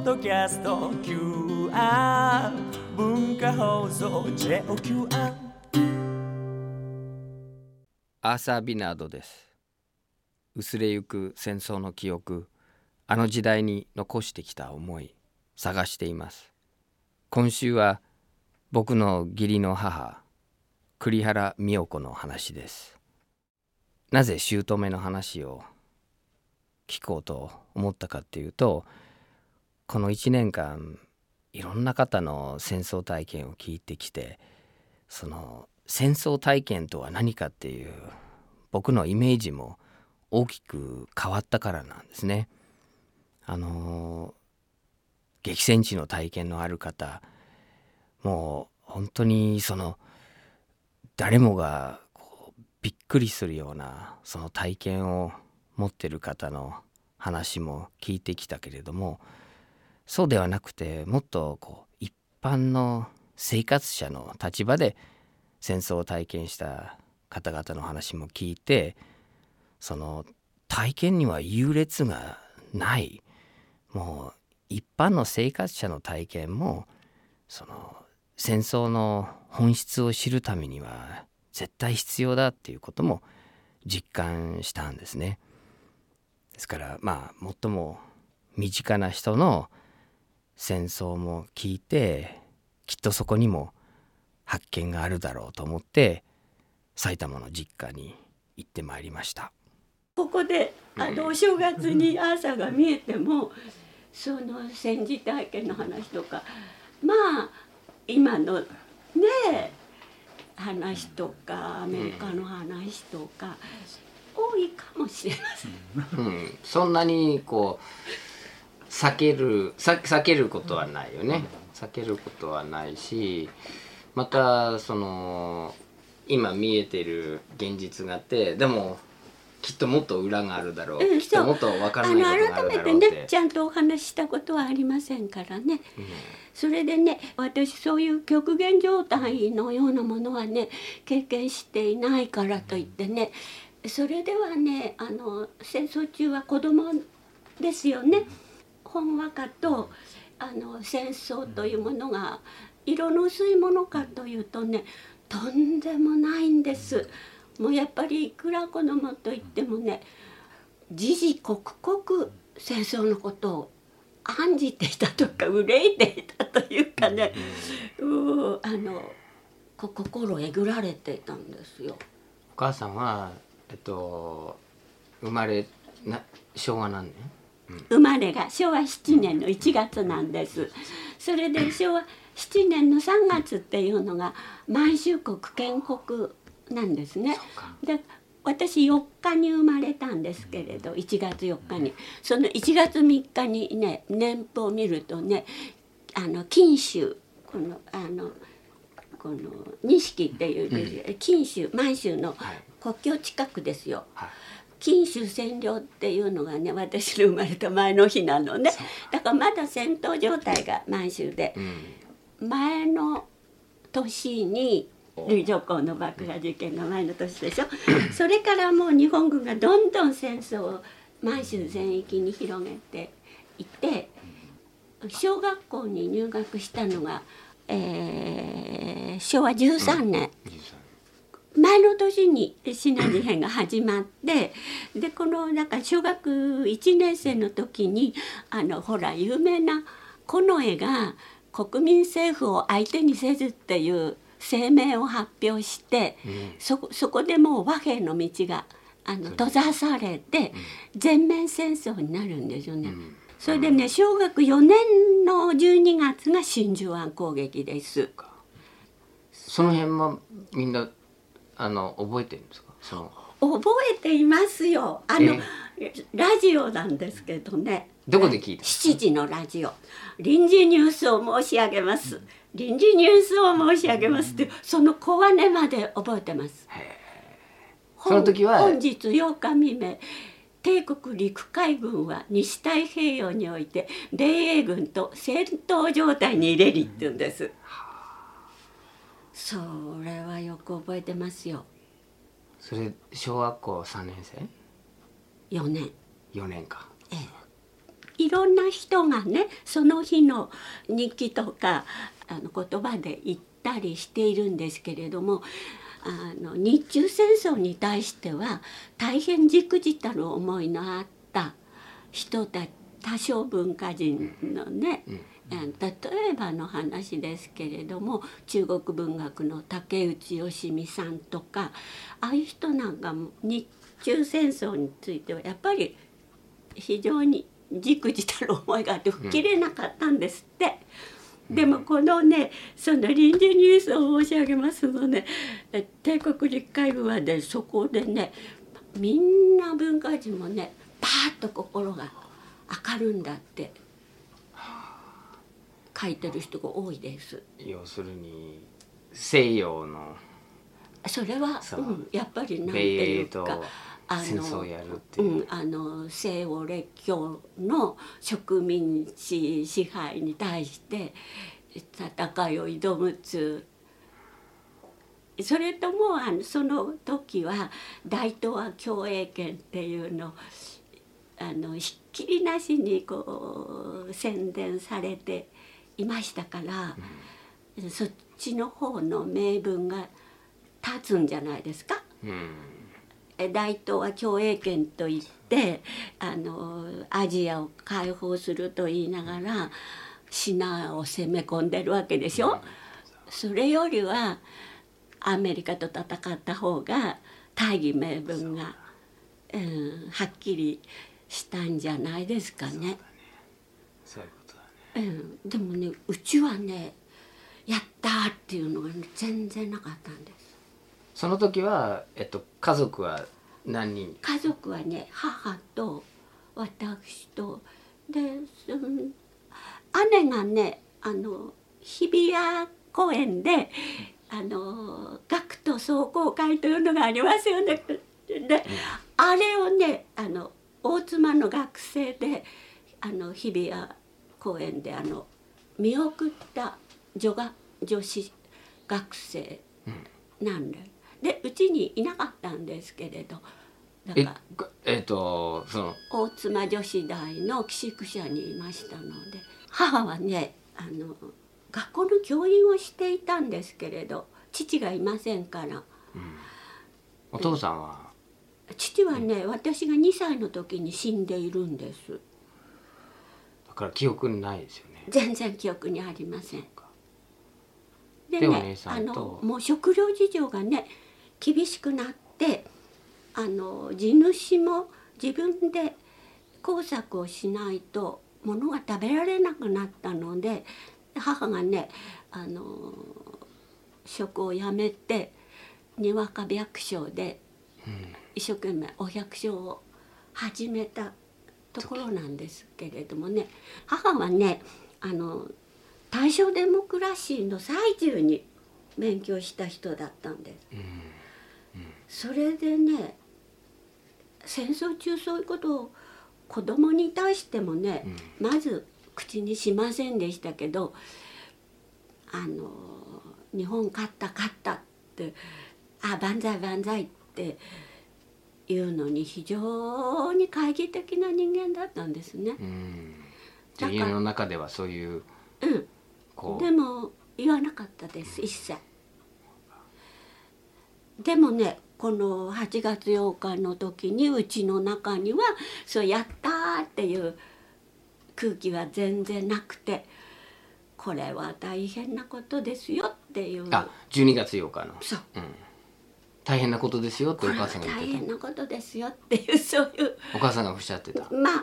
ドキャスト QR 文化放送 JOQR アーサー・ビナードです。薄れゆく戦争の記憶、あの時代に残してきた思い、探しています。今週は僕の義理の母、栗原美代子の話です。なぜ姑の話を聞こうと思ったかっていうと、この1年間いろんな方の戦争体験を聞いてきて、その戦争体験とは何かっていう僕のイメージも大きく変わったからなんですね。激戦地の体験のある方、もう本当に誰もがびっくりするようなその体験を持ってる方の話も聞いてきたけれども、そうではなくてもっと一般の生活者の立場で戦争を体験した方々の話も聞いて、その体験には優劣がない、もう一般の生活者の体験もその戦争の本質を知るためには絶対必要だっていうことも実感したんですね。ですから最も身近な人の戦争も聞いて、きっとそこにも発見があるだろうと思って埼玉の実家に行ってまいりました。 ここでお正月に朝が見えてもその戦時体験の話とか今のね話とかアメリカの話とか多いかもしれません、 そんなに避けることはないよね。避けることはないし、また今見えてる現実があって、でもきっともっと裏があるだろう、きっともっと分からないことがあるだろうって改めてねちゃんとお話ししたことはありませんからね、それでね、私そういう極限状態のようなものはね経験していないからといってね、それではね戦争中は子供ですよね。ほんわかと戦争というものが色の薄いものかというとね、とんでもないんです。もうやっぱりいくら子供といってもね、時々刻々戦争のことを案じていたとか憂いていたというかね、心えぐられていたんですよ。 お母さんは生まれ昭和何年？ 生まれが昭和7年の1月なんです。それで昭和7年の3月っていうのが満州国建国なんですね。で私4日に生まれたんですけれど、1月4日にその1月3日にね年譜を見るとね、錦州この錦っていう錦州満州の国境近くですよ、錦州占領っていうのがね私の生まれた前の日なのね。だからまだ戦闘状態が満州で、前の年にルイジョコの爆破事件が前の年でしょそれからもう日本軍がどんどん戦争を満州全域に広げていて、小学校に入学したのが、昭和13年、前の年にシナ事変が始まって、でなんか小学1年生の時にほら有名な近衛が国民政府を相手にせずっていう声明を発表して、そこでもう和平の道が閉ざされて全面戦争になるんですよね。それでね小学4年の12月が真珠湾攻撃です。 その辺はみんな覚えてるんですか？ 覚えていますよ。ラジオなんですけどね。 どこで聞いた ？7時のラジオ。臨時ニュースを申し上げます。臨時ニュースを申し上げますってその小金まで覚えてます。 その時は本日8日未明、帝国陸海軍は西太平洋において米英軍と戦闘状態に入れりって言うんです。それはよく覚えてますよ。 それ小学校3年生？ 4年。 4年か。 いろんな人がねその日の日記とか言葉で言ったりしているんですけれども、日中戦争に対しては大変じくじたる思いのあった人たち、多少文化人のね、例えばの話ですけれども、中国文学の竹内芳美さんとかああいう人なんかも日中戦争についてはやっぱり非常にじくじたる思いがあって吹っ切れなかったんですって。でもこのねその臨時ニュースを申し上げますのね、帝国陸海部はねそこでねみんな文化人もねパーッと心が明るんだって書いてる人が多いです。 要するに西洋のそれは、やっぱりなんていうか戦争をやるっていう、 西欧列強の植民地支配に対して戦いを挑むつ、それともその時は大東亜共栄圏っていうのひっきりなしにこう宣伝されていましたから、そっちの方の名分が立つんじゃないですか。大東亜共栄圏といってアジアを解放すると言いながらシナを攻め込んでるわけでしょ。それよりはアメリカと戦った方が大義名分が、はっきりしたんじゃないですかね。 そういうことだね。 でもねうちはねやったーっていうのが、全然なかったんです。 その時は、家族は何人？ 家族はね母と私とで、姉がね日比谷公園で学徒壮行会というのがありますよね。で、あれをね大妻の学生で日比谷公園で見送った女子学生なんで、でうちにいなかったんですけれど、だからその大妻女子大の寄宿舎にいましたので、母はね学校の教員をしていたんですけれど父がいませんから、 お父さんは父はね、私が2歳の時に死んでいるんです。 だから記憶にないですよね。 全然記憶にありません。でおね姉さんともう食料事情がね厳しくなって地主も自分で工作をしないと物が食べられなくなったので、母がね職を辞めてにわか百姓で一生懸命お百姓を始めたところなんですけれどもね、母はね大正デモクラシーの最中に勉強した人だったんです。それでね戦争中そういうことを子供に対してもね、まず口にしませんでしたけど日本勝った勝ったって万歳万歳っていうのに非常に懐疑的な人間だったんですね。 じゃあ家の中ではそういう、 でも言わなかったです一切。でもねこの8月8日の時にうちの中にはそうやったーっていう空気は全然なくて、これは大変なことですよっていう。 12月8日のそう、 大変なことですよってお母さんが言ってた。 大変なことですよっていうそういうお母さんがおっしゃってた。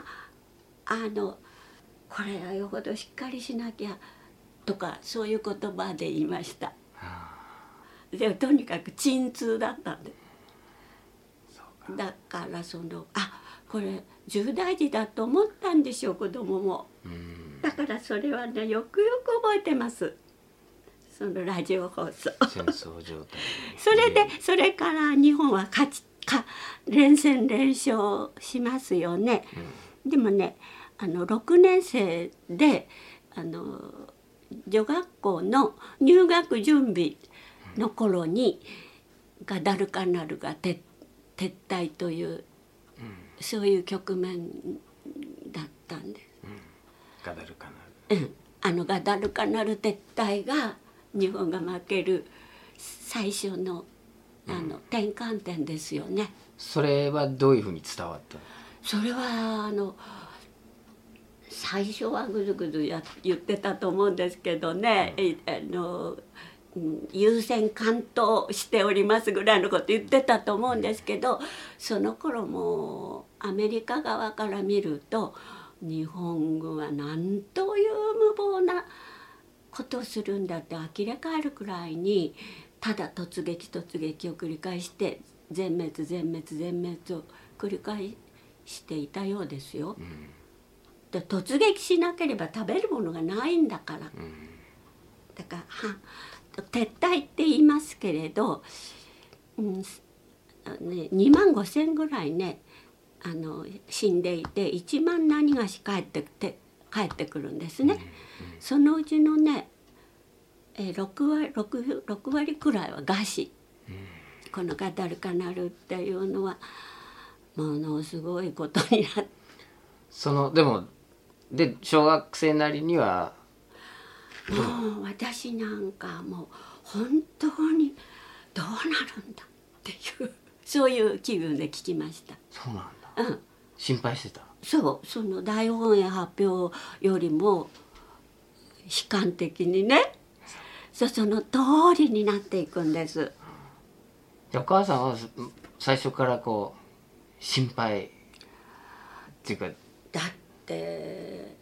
これはよほどしっかりしなきゃとかそういう言葉で言いました。でとにかく鎮痛だったんで、だからこれ重大事だと思ったんでしょう子供も。だからそれはねよくよく覚えてます、そのラジオ放送。 戦争状態それから日本は連戦連勝しますよね。でもね6年生で女学校の入学準備の頃にガダルカナルが撤退という、そういう局面だったんです。 ガダルカナル。 ガダルカナル撤退が日本が負ける最初の転換点ですよね。 それはどういうふうに伝わった？ それは最初はぐずぐず言ってたと思うんですけどね、優先関東しておりますぐらいのこと言ってたと思うんですけど、その頃もアメリカ側から見ると日本軍は何という無謀なことをするんだって呆れ返るくらいに、ただ突撃突撃を繰り返して全滅全滅全滅を繰り返していたようですよ。で突撃しなければ食べるものがないんだから、だから撤退って言いますけれど、2万5千ぐらいね死んでいて1万何がし帰ってくるんですね。そのうちのね6割くらいは餓死。このガダルカナルっていうのはものすごいことになって、 で小学生なりにはもう私なんかもう本当にどうなるんだっていうそういう気分で聞きました。 そうなんだ。心配してた。 その大本営発表よりも悲観的にね、その通りになっていくんです。 お母さんは最初からこう心配っていうか、 だって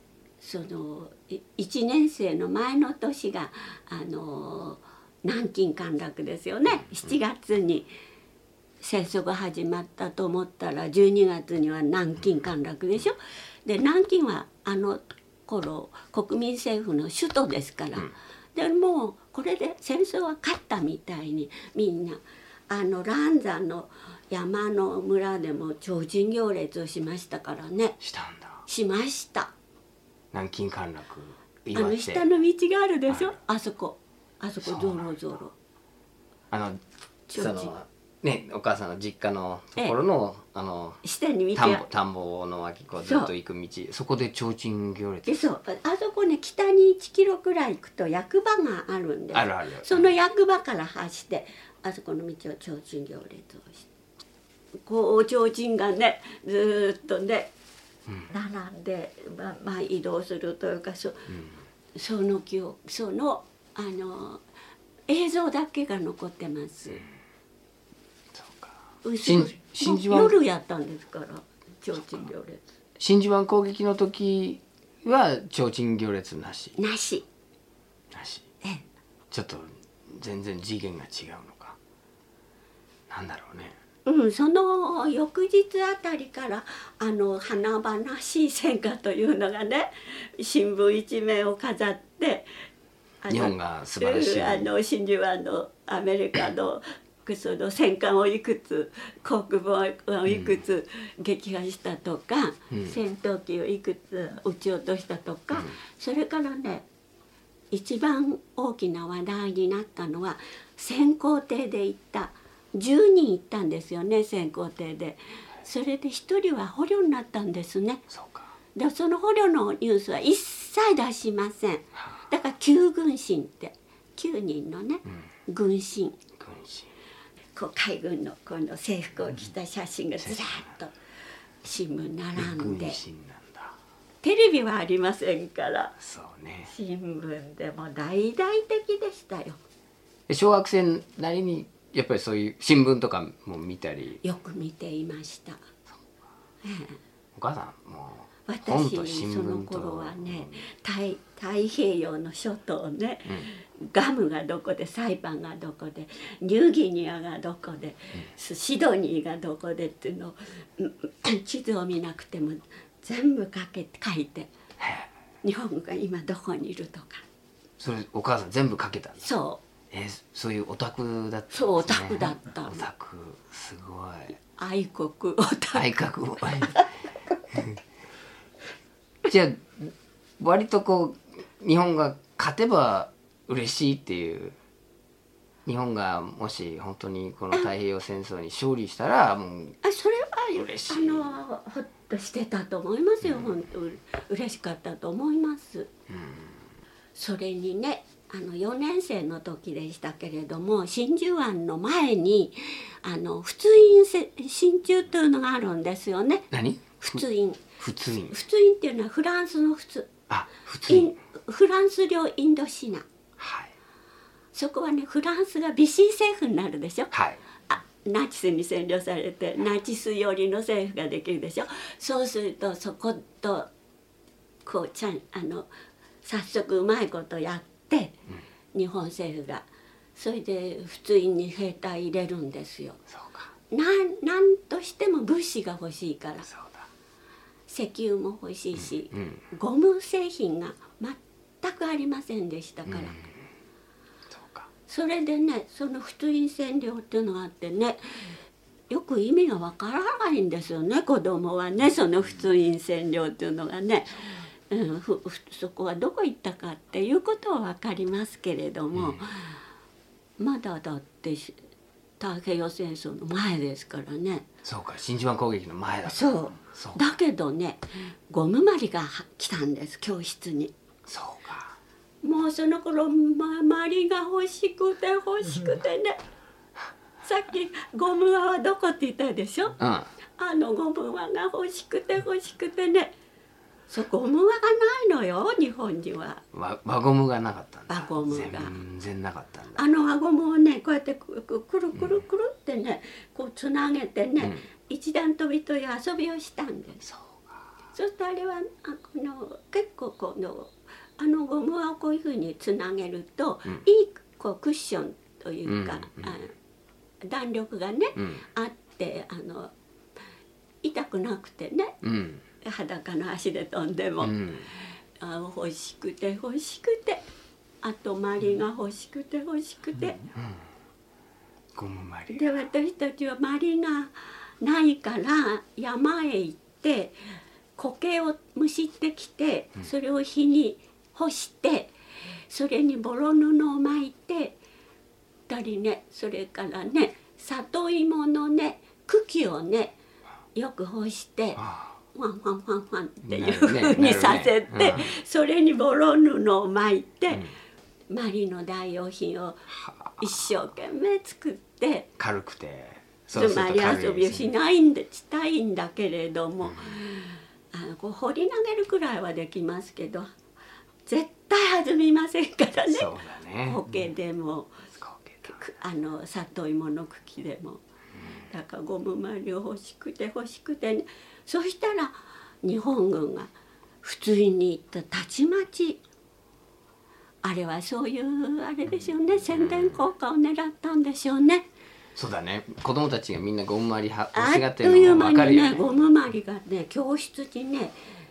1年生の前の年が南京陥落ですよね。7月に戦争が始まったと思ったら12月には南京陥落でしょ。で南京は頃国民政府の首都ですから、でもうこれで戦争は勝ったみたいにみんな蘭山の山の村でも提灯行列をしましたからね。 したんだ。 しました。 南京陥落下の道があるでしょ、あそこゾロゾロね、お母さんの実家のところの下に道が田んぼの脇こうずっと行く道、そこで提灯行列。 そうあそこね、北に1キロくらい行くと役場があるんです。 あるある。 その役場から走ってあそこの道を提灯行列をして、こう提灯がねずっとね並んで、移動するというか、その記憶、映像だけが残ってます。夜やったんですから提灯行列。 真珠湾攻撃の時は提灯行列なし。ちょっと全然次元が違うのか。なんだろうね。 その翌日あたりから華々しい戦果というのがね、新聞一面を飾って、 日本が素晴らしい真珠湾のアメリカのその戦艦をいくつ航空母をいくつ撃破したとか、戦闘機をいくつ撃ち落としたとか、それからね一番大きな話題になったのは潜航艇で行った10人行ったんですよね、潜航艇で。それで1人は捕虜になったんですね。でその捕虜のニュースは一切出しません。だから9軍神って9人のね、軍神こう海軍のこの制服を着た写真がずらっと新聞並んで、テレビはありませんから、新聞でも大々的でしたよ。 小学生なりにやっぱりそういう新聞とかも見たり。 よく見ていました。 お母さんも私その頃はね、太平洋の諸島ね、ガムがどこでサイパンがどこでニューギニアがどこで、シドニーがどこでっていうのを地図を見なくても全部書いて、日本が今どこにいるとか。 それお母さん全部書けたんです。そういうオタクだったんですね。 そうオタクだったの。 オタクすごい。 愛国オタク。 愛国じゃあ割とこう日本が勝てば嬉しいっていう、日本がもし本当にこの太平洋戦争に勝利したらもうそれは嬉しい。 ほっとしてたと思いますよ。本当嬉しかったと思います。それにね、4年生の時でしたけれども、真珠湾の前に仏印真鍮というのがあるんですよね。 何？ 仏印。 仏印。 仏印っていうのはフランスの仏。 あ、仏印。 フランス領インドシナ。 はい。 そこはね、フランスが美神政府になるでしょ。 はい。 ナチスに占領されてナチス寄りの政府ができるでしょ。そうするとそことこう早速うまいことやって、日本政府がそれで仏印に兵隊入れるんですよ。 そうか。 なんとしても物資が欲しいから。 そうだ。 石油も欲しいし、ゴム製品が全くありませんでしたから。それでね、その仏印占領っていうのがあってね、よく意味がわからないんですよね、子供はね。その仏印占領っていうのがね、そこはどこ行ったかっていうことは分かりますけれども、まだだって太平洋戦争の前ですからね。 そうか、真珠湾攻撃の前だった。 そうだけどね、ゴムまりが来たんです、教室に。 そうか。 もうその頃まりが欲しくて欲しくてね、さっきゴム輪はどこって言ったでしょ。ゴム輪が欲しくて欲しくてね。ゴム輪がないのよ、日本には。 輪ゴムがなかったんだ。 輪ゴムが全然なかったんだ。 輪ゴムをね、こうやってくるくるくるってね、こうつなげてね、一段跳びという遊びをしたんです。そうするとあれは結構ゴム輪をこういうふうにつなげると、いいクッションというか、弾力がね、あって痛くなくてね、裸の足で飛んでも、欲しくて欲しくて、あとまりが欲しくて欲しくて、 ゴムまりで私たちはまりがないから山へ行って苔をむしってきて、それを火に干して、それにボロ布を巻いてたりね、それからね、里芋のね茎をねよく干してファンファンファンファンっていうふうにさせて、それにボロ布を巻いて、マリの代用品を一生懸命作って、 軽くてつまり遊びをしたいんだけれども、こう掘り投げるくらいはできますけど絶対弾みませんからね。 そうだね。 苔でも里芋の茎でも。だからゴムまりを欲しくて欲しくて、ね、そしたら日本軍が仏印に行ったたちまち、あれはそういうあれですよね、宣伝効果を狙ったんでしょうね。 そうだね、子供たちがみんなゴムまり欲しがってるのも分かるよね。 あっという間にね、 ゴムまりがね、教室にね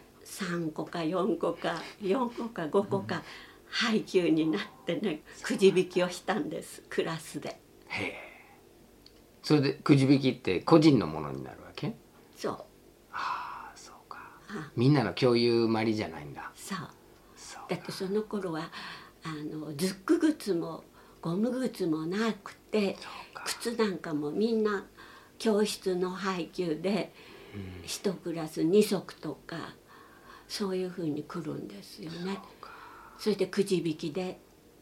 3個か4個か4個か5個か配給になってね、くじ引きをしたんです、クラスで。 へえ。それでくじ引きって個人のものになるわけ？ そう。 ああ、そうか。みんなの共有まりじゃないんだ。 そう。だってその頃はズック靴もゴム靴もなくて、靴なんかもみんな教室の配給で1クラス2足とかそういうふうに来るんですよね。それでくじ引きで。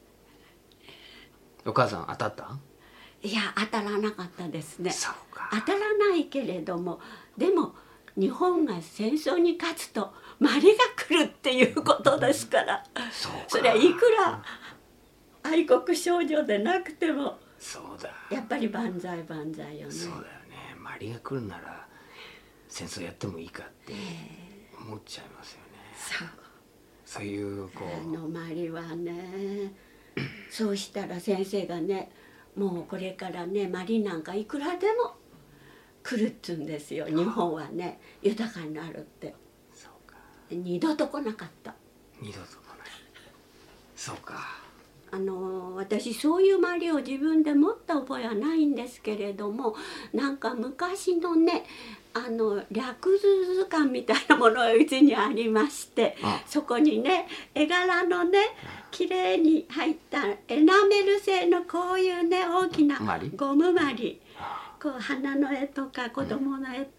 お母さん当たった？ いや、当たらなかったですね。 そうか。 当たらないけれども、でも日本が戦争に勝つとまりが来るっていうことですから、それはいくら愛国少女でなくても、 そうだ、 やっぱり万歳万歳よね。 そうだよね。まりが来るなら戦争やってもいいかって思っちゃいますよね。そういうこうまりはねそうしたら先生がね、もうこれからねまりなんかいくらでも来るっつうんですよ。日本はね豊かになるって。 そうか。 二度と来なかった。 二度と来ない。そうか。 私そういうまりを自分で持った覚えはないんですけれども、なんか昔のね略図図鑑みたいなものがうちにありまして、そこにね絵柄のねきれいに入ったエナメル製のこういうね大きなゴムまり、こう花の絵とか子供の絵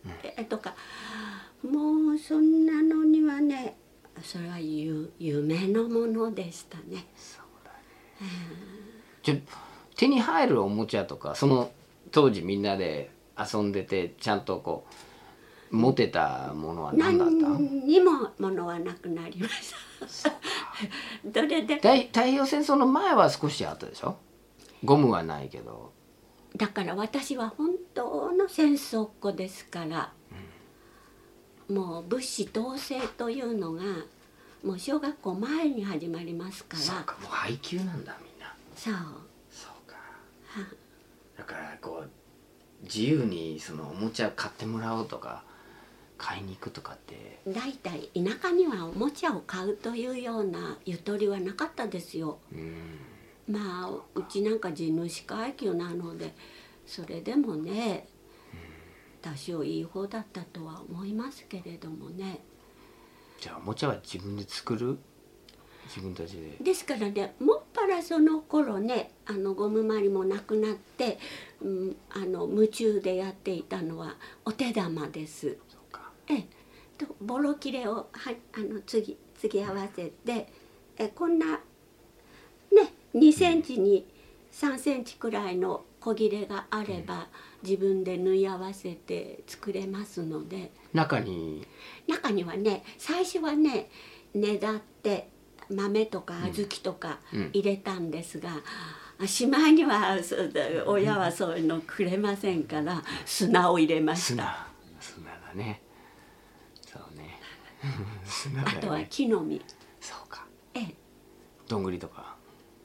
とかもうそんなのにはね、それは夢のものでしたね。 そうだね。じゃ手に入るおもちゃとかその当時みんなで遊んでてちゃんとこう持てたものは何だった？ 何にもものはなくなりましたどれで太平洋戦争の前は少しあったでしょ。ゴムはないけど。 だから私は本当の戦争っ子ですから、もう物資統制というのがもう小学校前に始まりますから。 そうか、もう配給なんだみんな。 そうそうか。だからこう自由にそのおもちゃ買ってもらおうとか買いに行くとかって。 だいたい田舎にはおもちゃを買うというようなゆとりはなかったですよ。まあうちなんか地主階級なのでそれでもね多少いい方だったとは思いますけれどもね。 じゃあおもちゃは自分で作る？自分たちで。 ですからね、もっぱらその頃ねゴムまりもなくなって、夢中でやっていたのはお手玉です。 そうか。 とボロ切れを継ぎ合わせてこんなね2センチに3センチくらいの小切れがあれば自分で縫い合わせて作れますので。 中にはね最初はねねだって豆とか小豆とか入れたんですが、しまいには親はそういうのくれませんから砂を入れました。 砂だね。そうね砂だよね。 あとは木の実。 そうか。どんぐりとか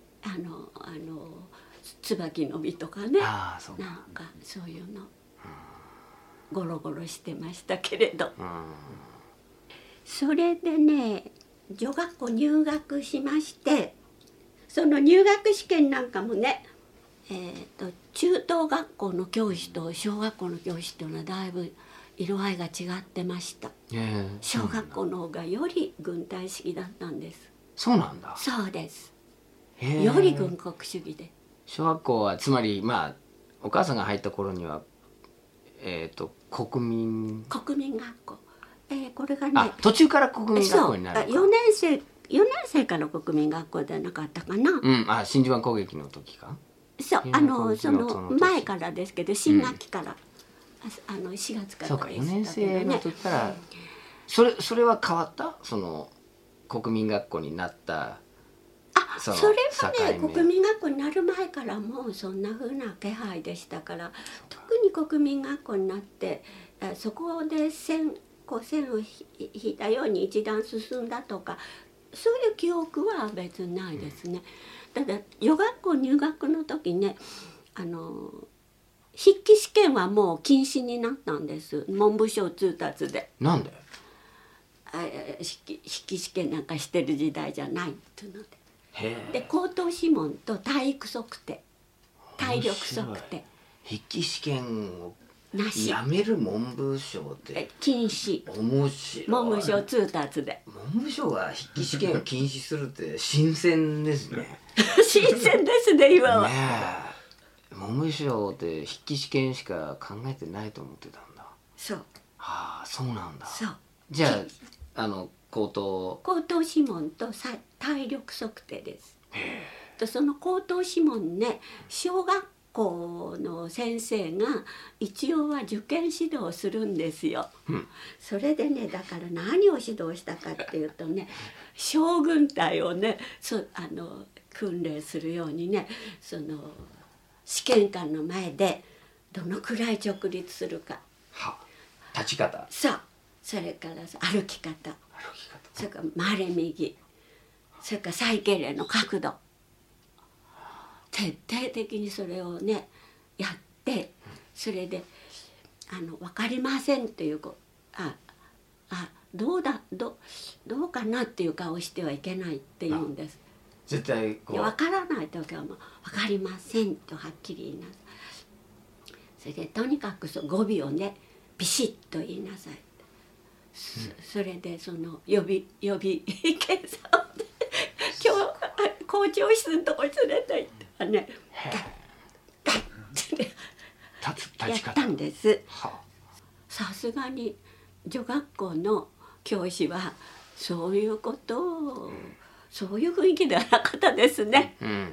椿の実とかね。 そうか。 なんかそういうのゴロゴロしてましたけれど、それでね女学校入学しまして、その入学試験なんかもね、中等学校の教師と小学校の教師というのはだいぶ色合いが違ってました。小学校の方がより軍隊主義だったんです。 そうなんだ。 そうです。より軍国主義で。 小学校はつまりまあお母さんが入った頃には国民学校、これがね途中から国民学校になるか。 4年生から国民学校じゃなかったかな。 真珠湾攻撃の時か。 そうその前からですけど新学期から、4月からでしたけどね。 そうか、4年生の時から、それは変わった？その国民学校になったそれはね国民学校になる前からもうそんな風な気配でしたから、特に国民学校になってそこで線を引いたように一段進んだとかそういう記憶は別にないですね。ただ女学校入学の時ね筆記試験はもう禁止になったんです、文部省通達で。 なんで？ 筆記試験なんかしてる時代じゃないっていうので。で口頭試問と体育測定、体力測定、 筆記試験をなしやめる文部省って禁止。 面白い。 文部省通達で文部省が筆記試験を禁止するって新鮮ですね新鮮ですね今は。 ねえ、文部省って筆記試験しか考えてないと思ってたんだ。 そう。 そうなんだ。 そう。 じゃあ口頭試問と体力測定です。とその口頭試問ね、小学校の先生が一応は受験指導をするんですよ。それでね、だから何を指導したかっていうとね、将軍隊をね訓練するようにね、その試験官の前でどのくらい直立するか、 立ち方、 それから歩き方、それから回れ右、それから最敬礼の角度、徹底的にそれをねやって、それで分かりませんっていうどうかなっていう顔してはいけないって言うんです。 絶対こう分からない時はもう分かりませんとはっきり言いなさい。それでとにかく語尾をねビシッと言いなさい。それでその予備検査をね今日校長室のとこに連れて行ったらねガッてやったんです。 さすがに女学校の教師はそういうことを、そういう雰囲気ではなかったですね。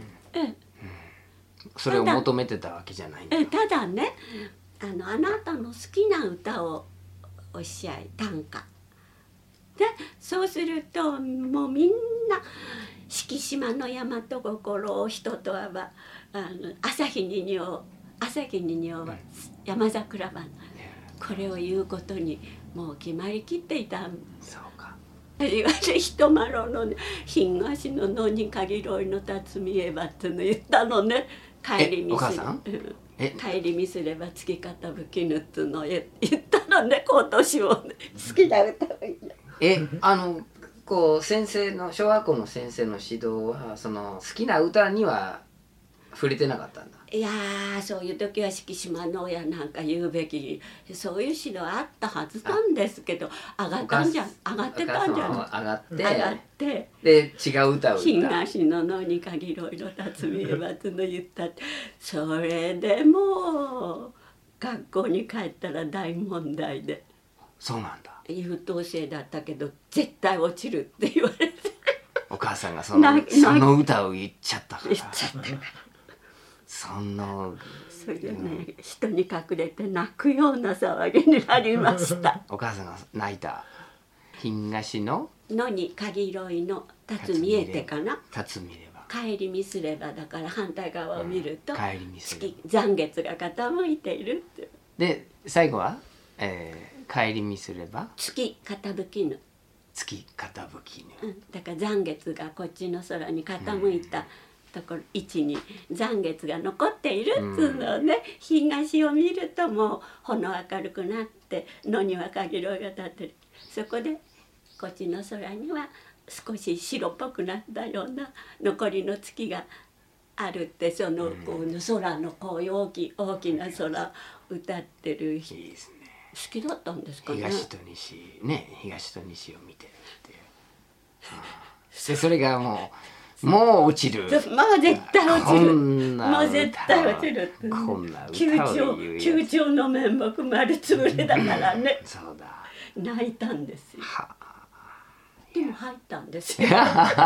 それを求めてたわけじゃないんだ。 ただね、あなたの好きな歌をおっしゃい、短歌で、そうするともうみんな敷島の大和心を人とは朝日に匂うは山桜花、これを言うことにもう決まりきっていた。 そうか。 人まろのね、東の野にかぎろいの辰見えばっての言ったのね。帰り見すれ帰り見すれば月傾きぬっての言ったのね、今年もね。好きな歌を言う。 こう先生の小学校の先生の指導はその好きな歌には触れてなかったんだ。 いやー、そういう時は敷島の親なんか言うべき、そういう指導あったはずなんですけど、上がってたんじゃない上がってで違う歌を歌った。 東の野にかぎろいの辰巳えばつの言ったって、それでもう学校に帰ったら大問題で。 そうなんだ。 優等生だったけど絶対落ちるって言われて、 お母さんがその歌を言っちゃったから。 それでね、人に隠れて泣くような騒ぎになりました。 お母さんが泣いた。東の野にかぎろいの辰見えてかな。 辰見れば。 帰り見すればだから反対側を見ると、 帰り見すれば残月が傾いているって。 で最後は、帰り見すれば月傾きぬ。 月傾きぬ。 だから残月がこっちの空に傾いた。ところ位置に残月が残っているっつうのをね、東を見るともうほの明るくなって野にはかぎろいが立ってる。そこでこっちの空には少し白っぽくなったような残りの月があるって、その空のこういう大きな空歌ってる。いいですね。好きだったんですかね。 東と西を見てるっていう。でそれがもう落ちる。 まあ絶対落ちる。 もう絶対落ちる。 こんな歌を言うやつ。 宮長の面目丸つぶれだからね。 そうだ。 泣いたんですよ。でも入ったんですよ。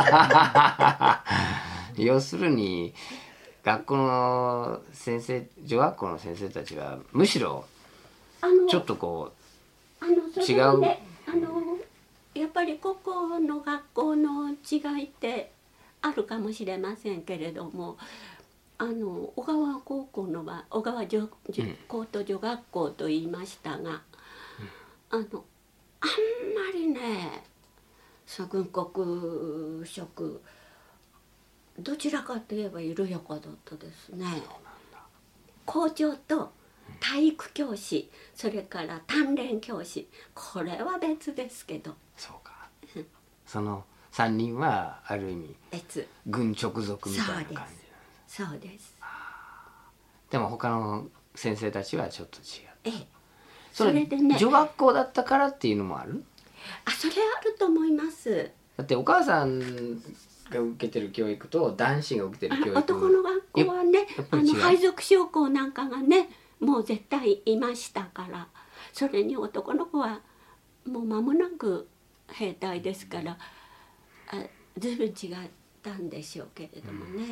要するに学校の先生、女学校の先生たちはむしろちょっとこう違う。 やっぱりここの学校の違いってあるかもしれませんけれども、小川高校の場合、小川高等女学校と言いましたが、あんまりね、軍国色どちらかといえば緩やかだったですね。校長と体育教師、それから鍛錬教師、これは別ですけど。 そうか。その3人はある意味軍直属みたいな感じなんです。 そうです。 でも他の先生たちはちょっと違う。 それでね、 女学校だったからっていうのもある？ それあると思います。 だってお母さんが受けてる教育と男子が受けてる教育、 男の学校はね、配属将校なんかがね、もう絶対いましたから。それに男の子はもう間もなく兵隊ですから、ずいぶん違ったんでしょうけれどもね。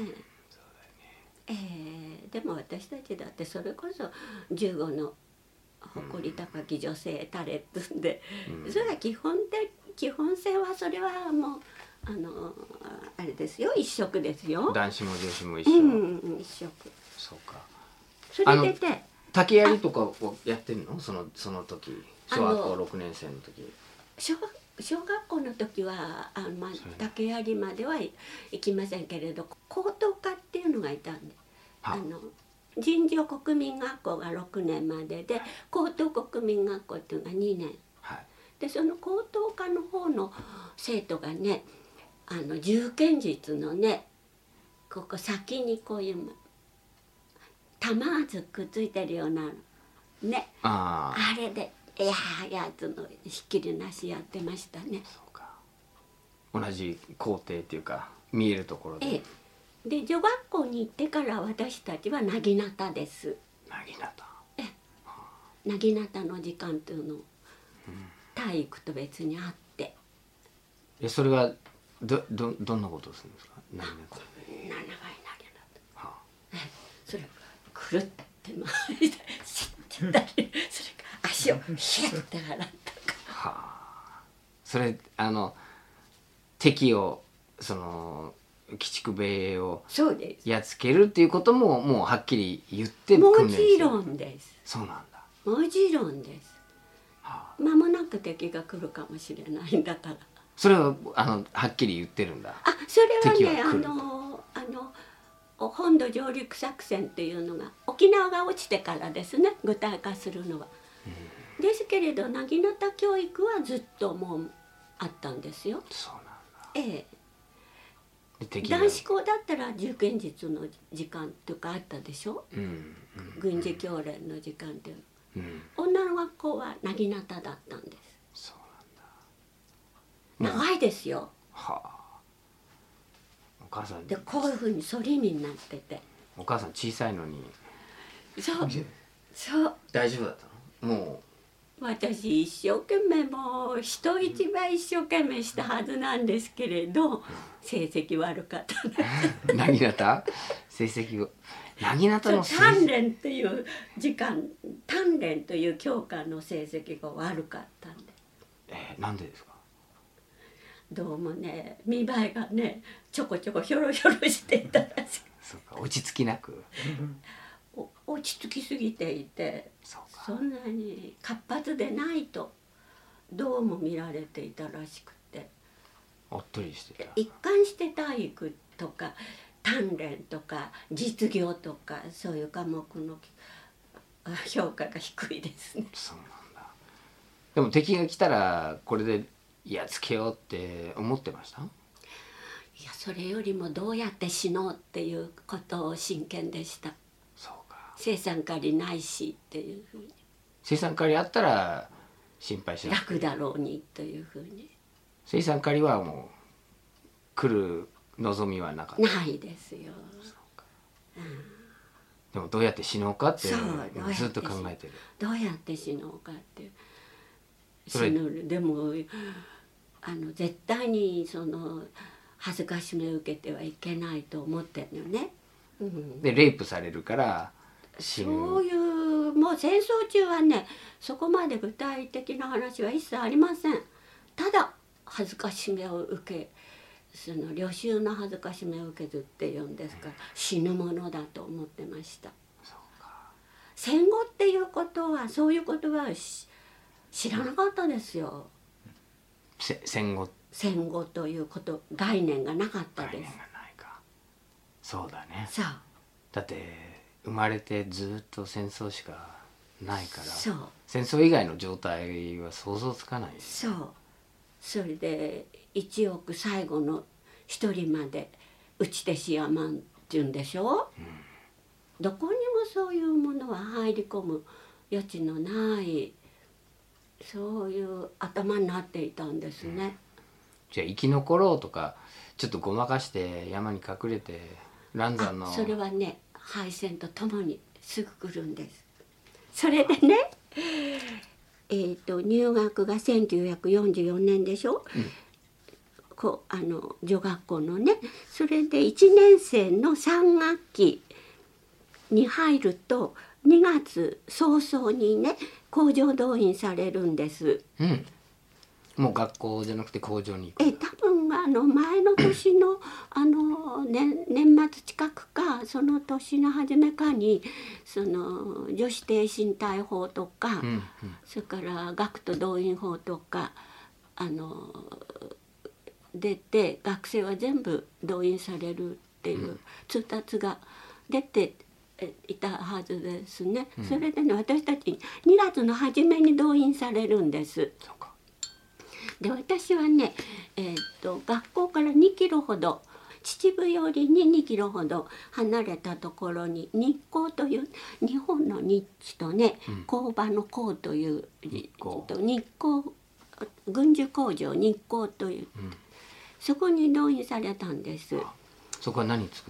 でも私たちだってそれこそ15の誇り高き女性タレってんで、それは基本性はそれはもうあれですよ、一色ですよ。 男子も女子も一緒。 一色。 そうか。 それでね、 竹槍とかをやってんの？その時、小学校6年生の時。 小学校の時は竹槍までは行きませんけれど、高等科っていうのがいたんで、尋常国民学校が6年までで、高等国民学校っていうのが2年、でその高等科の方の生徒がね、銃剣術のね、ここ先にこういう弾ずくっついてるようなね、あれでやつのひっきりなしやってましたね。 そうか。同じ校庭っていうか見えるところで。 で女学校に行ってから私たちはなぎなたです。 なぎなた。 なぎなたの時間というの体育と別にあって、 それはどんなことをするんですか？なぎなた。 こんな長いなぎなた、 はそれがくるって回りたりシッてたり、それから足をヒュッて払ったか。 はあ。それ敵をその鬼畜兵をそうです。 やっつけるっていうことももうはっきり言っても訓練してる。 ちろんです。 そうなんだ。 もちろんです。 はあ。 間もなく敵が来るかもしれないんだから。 それははっきり言ってるんだ。 あ、それ敵はね、 は来る本土上陸作戦っていうのが沖縄が落ちてからですね、具体化するのは。ですけれど、なぎなた教育はずっともうあったんですよ。 そうなんだ。 ええ。 で敵が男子校だったら受験術の時間とかあったでしょ。軍事教練の時間っていうの。女の学校はなぎなただったんです。 そうなんだ。 長いですよ。 はあ。お母さんでこういうふうに反り身になってて、 お母さん小さいのにそうそう、 大丈夫だったの？も私一生懸命もう人一倍一生懸命したはずなんですけれど、成績悪かったうなぎなた成績をなぎなたの成鍛績錬っていう時間、鍛錬という教科の成績が悪かったんで、 なんでですか？ どうもね、見栄えがねちょこちょこひょろひょろしていたらしく、 そうか、落ち着きなく落ち着きすぎていて、 そうか。 そんなに活発でないとどうも見られていたらしくて、 おっとりしてた。 一貫して体育とか鍛錬とか実業とかそういう科目の評価が低いですね。 そうなんだ。でも敵が来たらこれでやっつけようって思ってました？ いや、それよりもどうやって死のうっていうことを真剣でした。 そうか。 生産狩りないしっていうふうに、 生産狩りあったら心配しなくていい。 楽だろうにというふうに。 生産狩りはもう来る望みはなかった。 ないですよ。 でもどうやって死のうかってそう、どうやってずっと考えてる。 どうやって死のうかってそれ死ぬ。でも絶対に恥ずかしめを受けてはいけないと思ってるのね。 でレイプされるから死ぬ。 そういうもう戦争中はね、そこまで具体的な話は一切ありません。ただ恥ずかしめを受け、領袖の恥ずかしめを受けずっていうんですから、死ぬものだと思ってました。 そうか。 戦後っていうことは、そういう言葉を知らなかったですよ。 戦後戦後という概念がなかった概念がです。 ないか。そうだね。 そうだって生まれてずっと戦争しかないから、 そう戦争以外の状態は想像つかないです。 そう。それで1億最後の1人まで打ち手しやまんっていうんでしょ、どこにもそういうものは入り込む余地のない、そういう頭になっていたんですね。 じゃあ生き残ろうとかちょっとごまかして山に隠れて蘭山の。 それはね、敗戦とともにすぐ来るんです。それでね、入学が1944年でしょ、女学校のね。それで1年生の3学期に入ると2月早々にね、工場動員されるんです。 もう学校じゃなくて工場に行く。 多分前の年の年末近くか、その年の初めかに女子低身体法とか、それから学徒動員法とか出て、学生は全部動員されるっていう通達が出ていたはずですね。それでね、私たち2月の初めに動員されるんです。 そうか。 で、私はね、学校から2キロほど、秩父よりに2キロほど離れたところに日光という、日本の日とね、工場の工という日光軍需工場日光という、そこに動員されたんです。 そこは何作ってたんですか？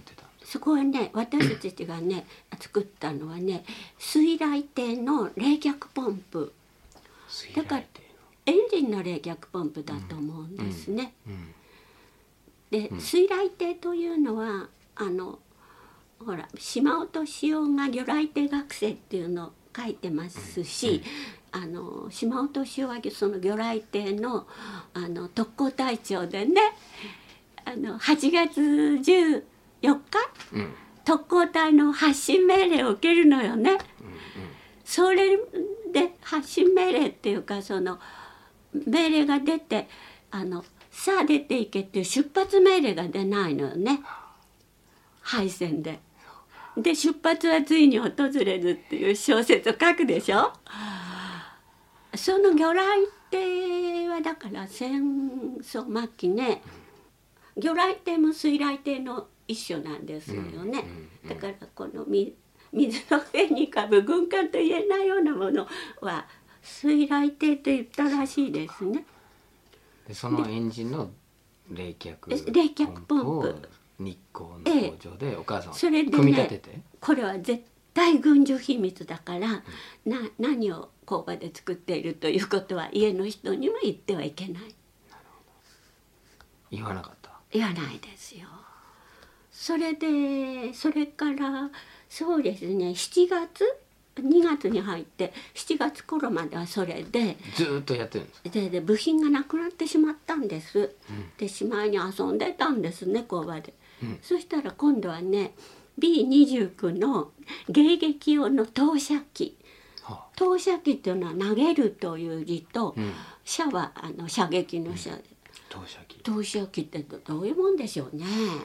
そこはね私たちがね作ったのはね水雷艇の冷却ポンプだからエンジンの冷却ポンプだと思うんですね。で水雷艇というのはほら島尾敏夫が魚雷艇学生っていうのを書いてますし、島尾敏夫はその魚雷艇の特攻隊長でね8月14日、特攻隊の発進命令を受けるのよね。それで発進命令っていうかその命令が出てさあ出ていけっていう出発命令が出ないのよね敗戦で。で出発はついに訪れずっていう小説を書くでしょ。その魚雷艇はだから戦争末期ね魚雷艇も水雷艇の一種なんですよね。だからこの水の上に浮かぶ軍艦と言えないようなものは水雷艇と言ったらしいですね。 でそのエンジンの冷却ポンプ日光の工場でお母さんは組み立てて、これは絶対軍需秘密だから、何を工場で作っているということは家の人にも言ってはいけない。なるほど。 言わなかった。 言わないですよ。それからそうですね2月に入って7月頃まではそれでずっとやってるんです。 で部品がなくなってしまったんです。でしまいに遊んでたんですね工場で。そしたら今度はね B29 の迎撃用の投射機、投射機っていうのは投げるという字と、射は射撃の射で、投射機ってどういうもんでしょうね。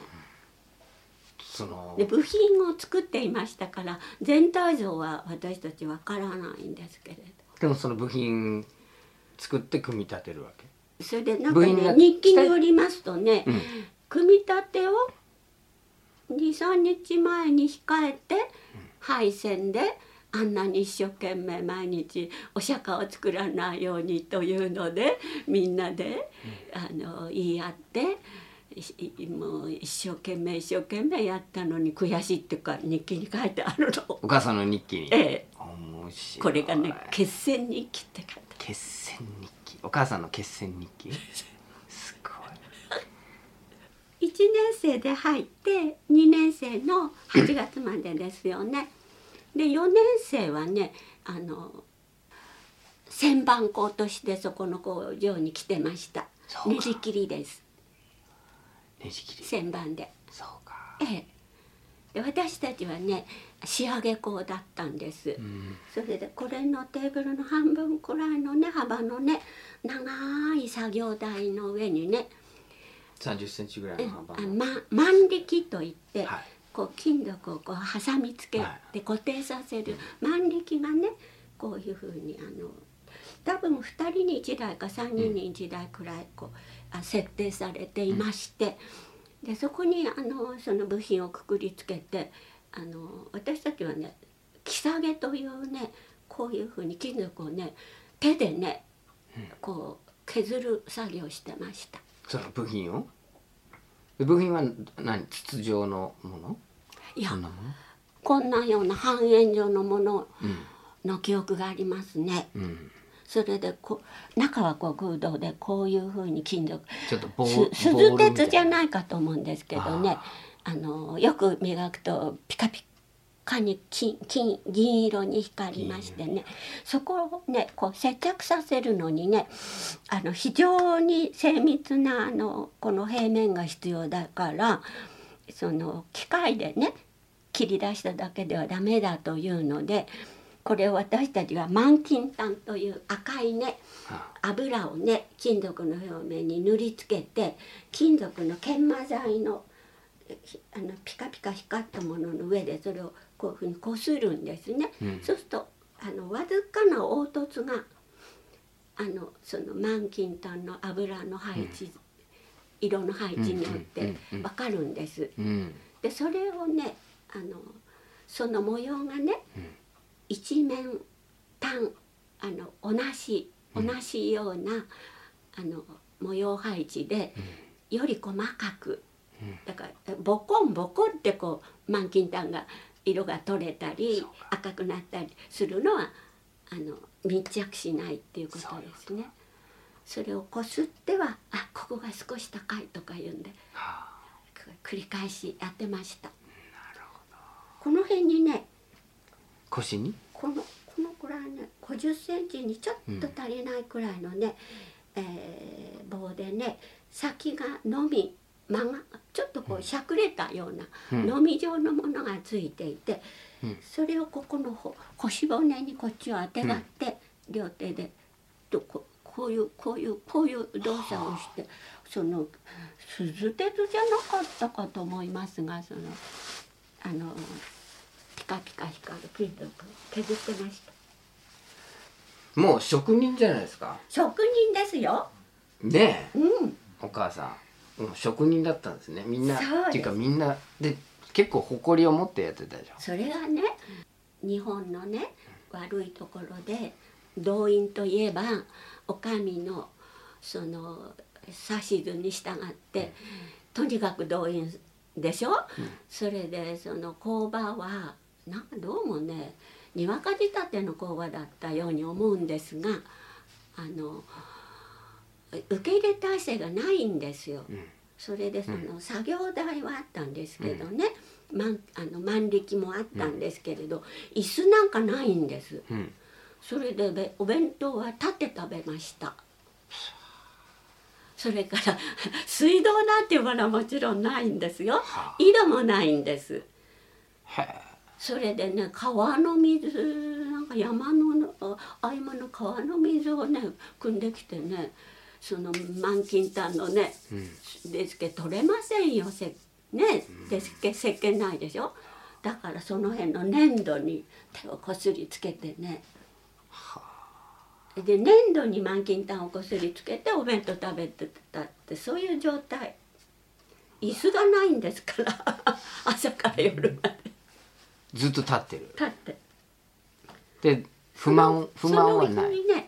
で部品を作っていましたから全体像は私たちわからないんですけれど。 でもその部品作って組み立てるわけ。 それでなんかね日記によりますとね、組み立てを2、3日前に控えて配線であんなに一生懸命毎日お釈迦を作らないようにというのでみんなで言い合ってもう一生懸命やったのに悔しいっていうか日記に書いてあるの。 お母さんの日記に。 面白い。これがね決戦日記って書いてある。 決戦日記。お母さんの決戦日記。すごい。1年生で入って2年生の8月までですよね。で4年生はね旋盤工としてそこの工場に来てました。ねじ切りです。旋盤で。 そうか。 で私たちはね仕上げ工だったんです。それでこれのテーブルの半分くらいのね幅のね長い作業台の上にね 30センチぐらいの幅の万力といって、こう金属をこう挟みつけて固定させる万力がねこういうふうに多分2人に1台か3人に1台くらいこう設定されていまして、でそこにその部品をくくりつけて私たちはね木下げというねこういうふうに金属をね手でねこう削る作業をしてました。 その部品を？部品は何？筒状のもの？ いやこんなような半円状のものの記憶がありますね。それで中はこう空洞でこういうふうに金属ちょっと鈴鉄じゃないかと思うんですけどねよく磨くとピカピカに銀色に光りましてねそこをねこう接着させるのにね非常に精密なこの平面が必要だからその機械でね切り出しただけではダメだというのでこれを私たちは満金炭という赤いね油をね金属の表面に塗りつけて金属の研磨剤のピカピカ光ったものの上でそれをこういうふうにこするんですね。そうするとわずかな凹凸がその満金炭の油の配置、色の配置によって分かるんです。でそれをねその模様がね、一面単同じような模様配置でより細かくだからボコンボコンってこう満金炭が色が取れたり赤くなったりするのは密着しないっていうことですね。それをこすってはここが少し高いとか言うんで、繰り返しやってました。この辺にね、 腰にこのくらいね、50センチにちょっと足りないくらいのね、棒でね、先がのみちょっとこうしゃくれたようなのみ状のものがついていて、それをここの腰骨にこっちをあてがって、両手でこういう動作をして、鈴鉄じゃなかったかと思いますが、ピカピカ光る金属を削ってました。 もう職人じゃないですか。 職人ですよ。 ねえ、お母さんもう職人だったんですね。みんなっていうかみんなで結構誇りを持ってやってたでしょ。 それがね、日本のね悪いところで、動員といえばお上の指図に従って、とにかく動員でしょ。それで工場はなんかどうもね、にわか仕立ての工場だったように思うんですが、受け入れ体制がないんですよ。それで作業台はあったんですけどね、万力もあったんですけれど、椅子なんかないんです。それでお弁当は立って食べました。それから水道なんていうものはもちろんないんですよ。井戸もないんです。それでね、川の水、なんか山の合間の川の水をね汲んできてね、満金炭のね、ですけど取れませんよ、ね、ですけ石鹸ないでしょ。だからその辺の粘土に手をこすりつけてね、で粘土に満金炭をこすりつけてお弁当食べてたって、そういう状態。椅子がないんですから朝から夜までずっと立ってる。 立ってで不満はない。その上にね、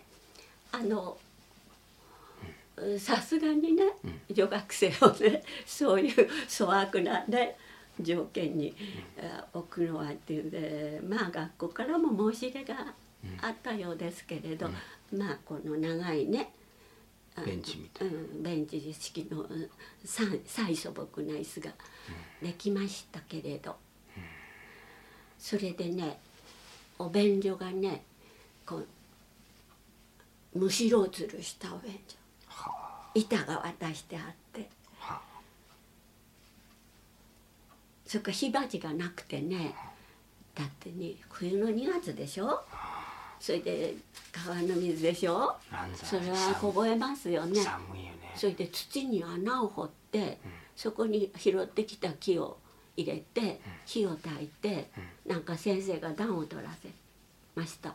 さすがにね、女学生をねそういう粗悪なね条件に置くのはっていうんで、まあ学校からも申し入れがあったようですけれど、まあこの長いねベンチみたいな、 ベンチ式の最素朴な椅子ができましたけれど、それでね、お便所がね、こうむしろをつるしたお便所、板が渡してあって、それから火鉢がなくてね、だってね冬の2月でしょ、それで川の水でしょ、それは凍えますよね。 寒いよね。 それで土に穴を掘って、そこに拾ってきた木を入れて火を焚いて、なんか先生が暖を取らせました。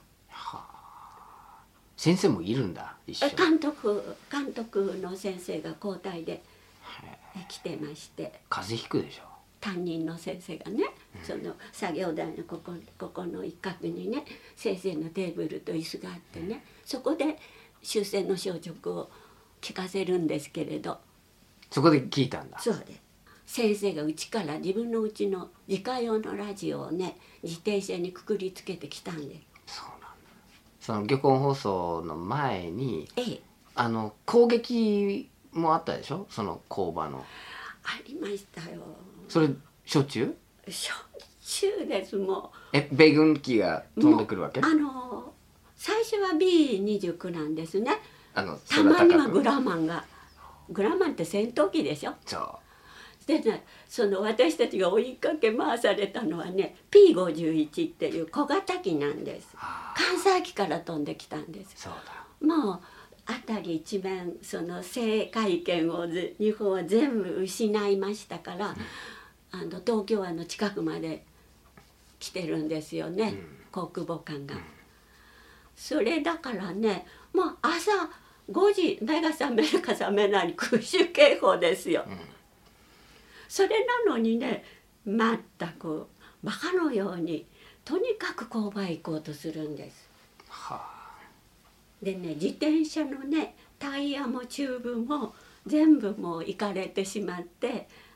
先生もいるんだ一緒に。 監督の先生が交代で来てまして、 風邪ひくでしょ。 担任の先生がね、その作業台のここの一角にね、先生のテーブルと椅子があってね、そこで終戦の小直を聞かせるんですけれど、 そこで聞いたんだ。 そうで、先生がうちから自分のうちの自家用のラジオをね自転車にくくりつけてきたんです。 そうなんだ。その玉音放送の前に、攻撃もあったでしょ、その工場の。 ありましたよ。 それしょっちゅう？ しょっちゅうです。もう米軍機が飛んでくるわけ？ 最初は B29 なんですね。たま空高くにはグラマンって戦闘機でしょ。 そうでね、私たちが追いかけ回されたのはね P51 っていう小型機なんです。関西機から飛んできたんです。 そうだ。 もう辺り一面制海権を日本は全部失いましたから、東京湾の近くまで来てるんですよね、航空母艦が。それだからね、もう朝5時目が覚めるか覚めない空襲警報ですよ。それなのにね、全くバカのようにとにかく勾配行こうとするんです。でね、自転車のねタイヤもチューブも全部もういかれてしまって、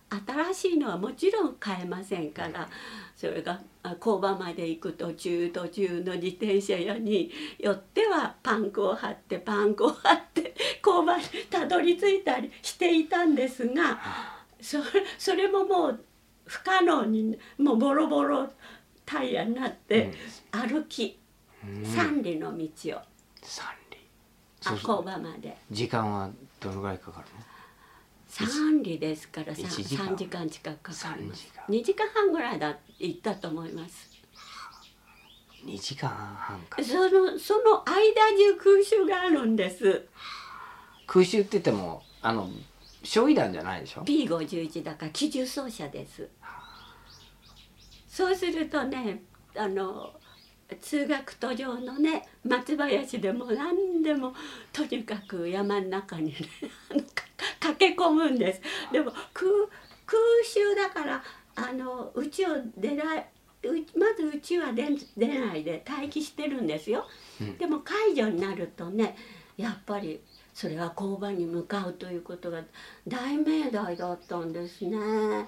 新しいのはもちろん買えませんから、それが工場まで行く途中の自転車屋によってはパンクを貼って工場にたどり着いたりしていたんですが、それももう不可能に、もうボロボロタイヤになって歩き、3里の道を工場まで。 時間はどのぐらいかかるの ？3里ですから 3 3時間近くかかります。 2 2時間半ぐらい行ったと思います。 2時間半か。 その間中空襲があるんです。 空襲って言っても焼夷弾じゃないでしょ。 B51 だから機銃掃射です。そうするとね、通学途上のね松林でも何でもとにかく山の中にね駆け込むんです。でも空襲だからうちをまずうちは出ないで待機してるんですよ。でも解除になるとね、やっぱりそれは工場に向かうということが大命題だったんですね。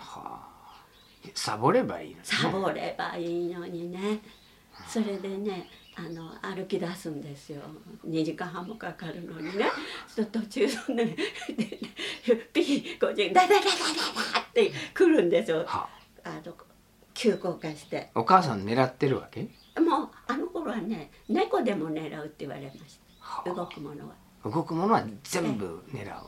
サボればいいのにね。 サボればいいのにね。それでね歩き出すんですよ。2時間半もかかるのにね。途中のねP50ダダダダダダって来るんですよ。急降下して。 お母さん狙ってるわけ？ もうあの頃はね、猫でも狙うって言われました。動くものは。 動くものは全部狙う。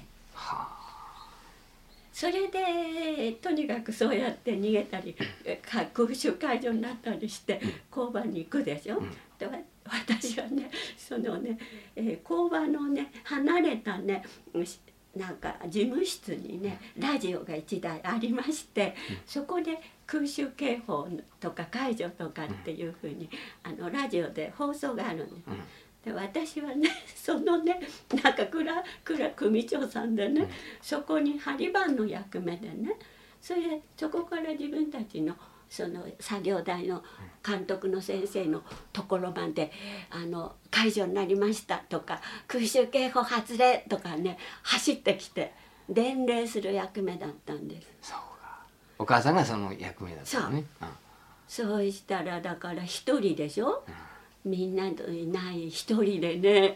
それでとにかくそうやって逃げたり空襲解除になったりして工場に行くでしょ。で私はね工場のね離れたねなんか事務室にねラジオが1台ありまして、そこで空襲警報とか解除とかっていうふうにラジオで放送があるんです。で私はねそのねなんか蔵組長さんでね、そこに針番の役目でね、それでそこから自分たちのその作業台の監督の先生のところまで解除になりましたとか空襲警報発令とかね走ってきて伝令する役目だったんです。 そうか。お母さんがその役目だったのね。 そうしたらだから一人でしょ。みんなのいない一人でね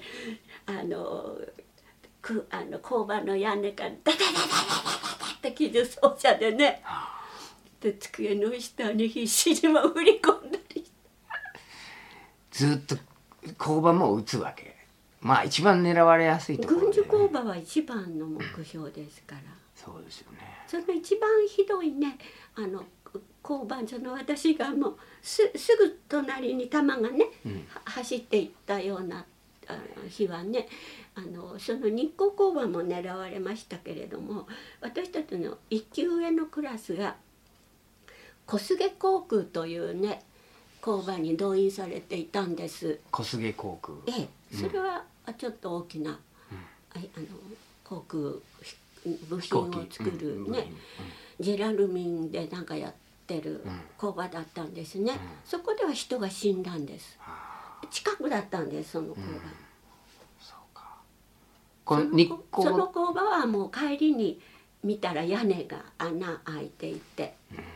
工場の屋根からダダダダダダダって機銃掃射でね、で机の下に必死に振り込んだりずっと工場も撃つわけ。まあ一番狙われやすいところで、ね、 軍需工場は一番の目標ですから。 そうですよね。 その一番ひどいね工場、私がもうすぐ隣に弾がね、走っていったような日はねその日光工場も狙われましたけれども、私たちの一級上のクラスが小菅航空というね工場に動員されていたんです。 小菅航空。 それはちょっと大きな、航空部品を作るね、ジェラルミンでなんかやってる工場だったんですね。そこでは人が死んだんです。近くだったんです、その工場。 そうか。この日光その工場はもう帰りに見たら屋根が穴開いていて。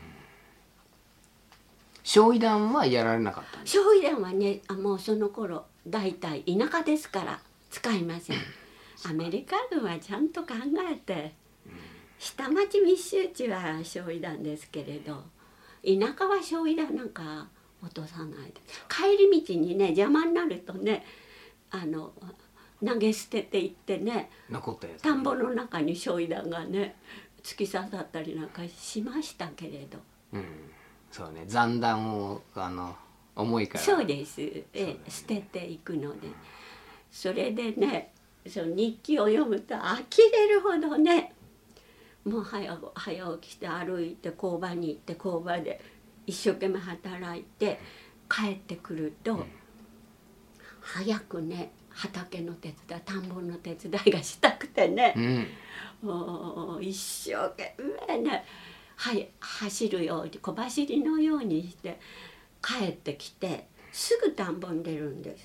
焼夷弾はやられなかったんです。 焼夷弾はねもうその頃大体田舎ですから使いません。アメリカ軍はちゃんと考えて、下町密集地は焼夷弾ですけれど田舎は焼夷弾なんか落とさないで、帰り道にね邪魔になるとね投げ捨てていってね、 残ったやつ、 田んぼの中に焼夷弾がね突き刺さったりなんかしましたけれど。 そうね、残弾を重いから。 そうです、捨てていくので、それでねその日記を読むと呆れるほどね、もう早起きして歩いて工場に行って工場で一生懸命働いて帰ってくると、早くね畑の手伝い田んぼの手伝いがしたくてね、もう一生懸命ね走るように小走りのようにして帰ってきてすぐ田んぼに出るんです。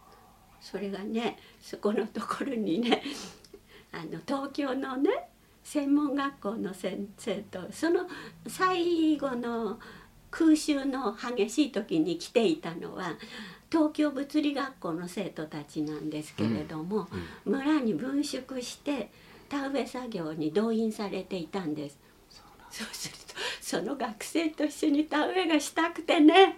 それがねそこのところにね東京のね専門学校の先生とその最後の空襲の激しい時に来ていたのは東京物理学校の生徒たちなんですけれども、村に分縮して田植え作業に動員されていたんです。そうするとその学生と一緒に田植えがしたくてね、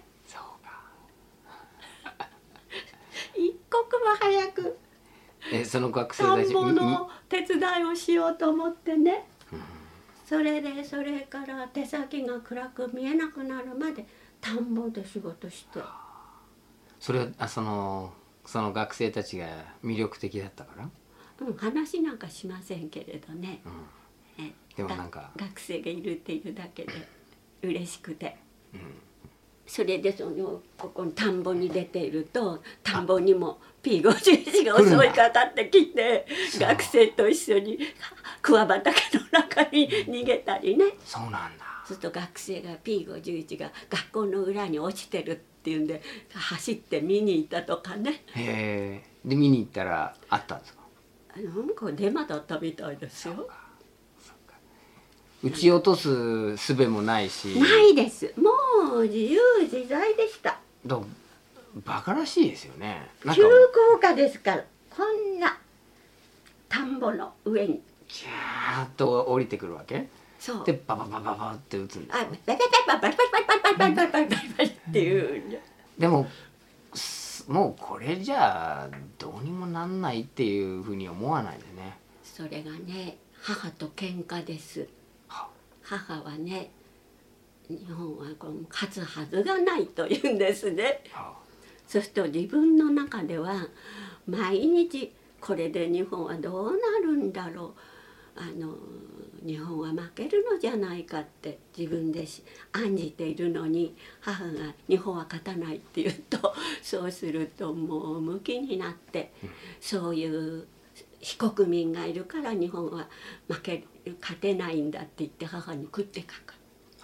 一刻も早くその学生田んたちぼの手伝いをしようと思ってね、それから手先が暗く見えなくなるまで田んぼで仕事して。 それはその学生たちが魅力的だったから、 話なんかしませんけれどね、 でもなんか学生がいるっていうだけで嬉しくて、それでここの田んぼに出ていると田んぼにも P51 が襲いかかってきて、学生と一緒に桑畑の中に逃げたりね。 そうなんだ。 そうすると学生が P51 が学校の裏に落ちてるっていうんで走って見に行ったとかね。 へえ。で見に行ったらあったんですか。 なんかデマだったみたいですよ。 撃ち落とす術もないし。 ないです。もう自由自在でした。 バカらしいですよね。 急降下ですから、こんな田んぼの上にキャーッと降りてくるわけ。 そう。 でバババババって撃つんです。 バババババババババババババっていう。 でももうこれじゃあどうにもなんないっていうふうに思わないでね。 それがね、母と喧嘩です。母はね、日本はこう勝つはずがないと言うんですね。そうすると自分の中では毎日これで日本はどうなるんだろう、日本は負けるのじゃないかって自分で案じているのに、母が日本は勝たないって言うと、そうするともうムキになって、そういう非国民がいるから日本は勝てないんだって言って母に食ってかかる。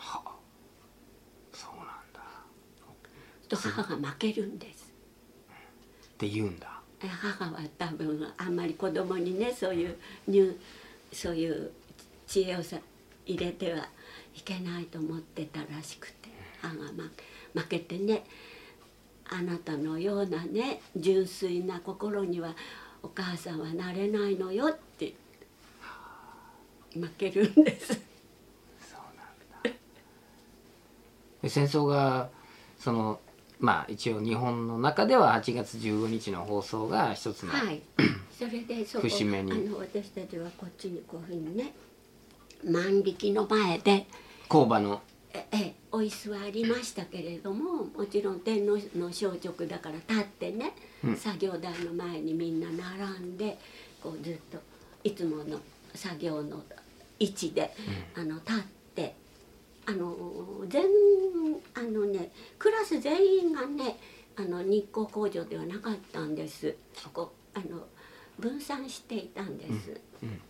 そうなんだ。 と母が負けるんですって言うんだ。 母は多分あんまり子供にねそういう知恵を入れてはいけないと思ってたらしくて、母が負けてね、あなたのようなね純粋な心にはお母さんはなれないのよって負けるんです。そうなんだ。で戦争が一応日本の中では8月15日の放送が一つの、 はい、それで節目に私たちはこっちにこういうふうにね万力の前で工場のお椅子はありましたけれども、もちろん天皇の装飾だから立ってね、作業台の前にみんな並んでこうずっといつもの作業の位置で、立ってクラス全員がね日光工場ではなかったんです。そこ分散していたんです。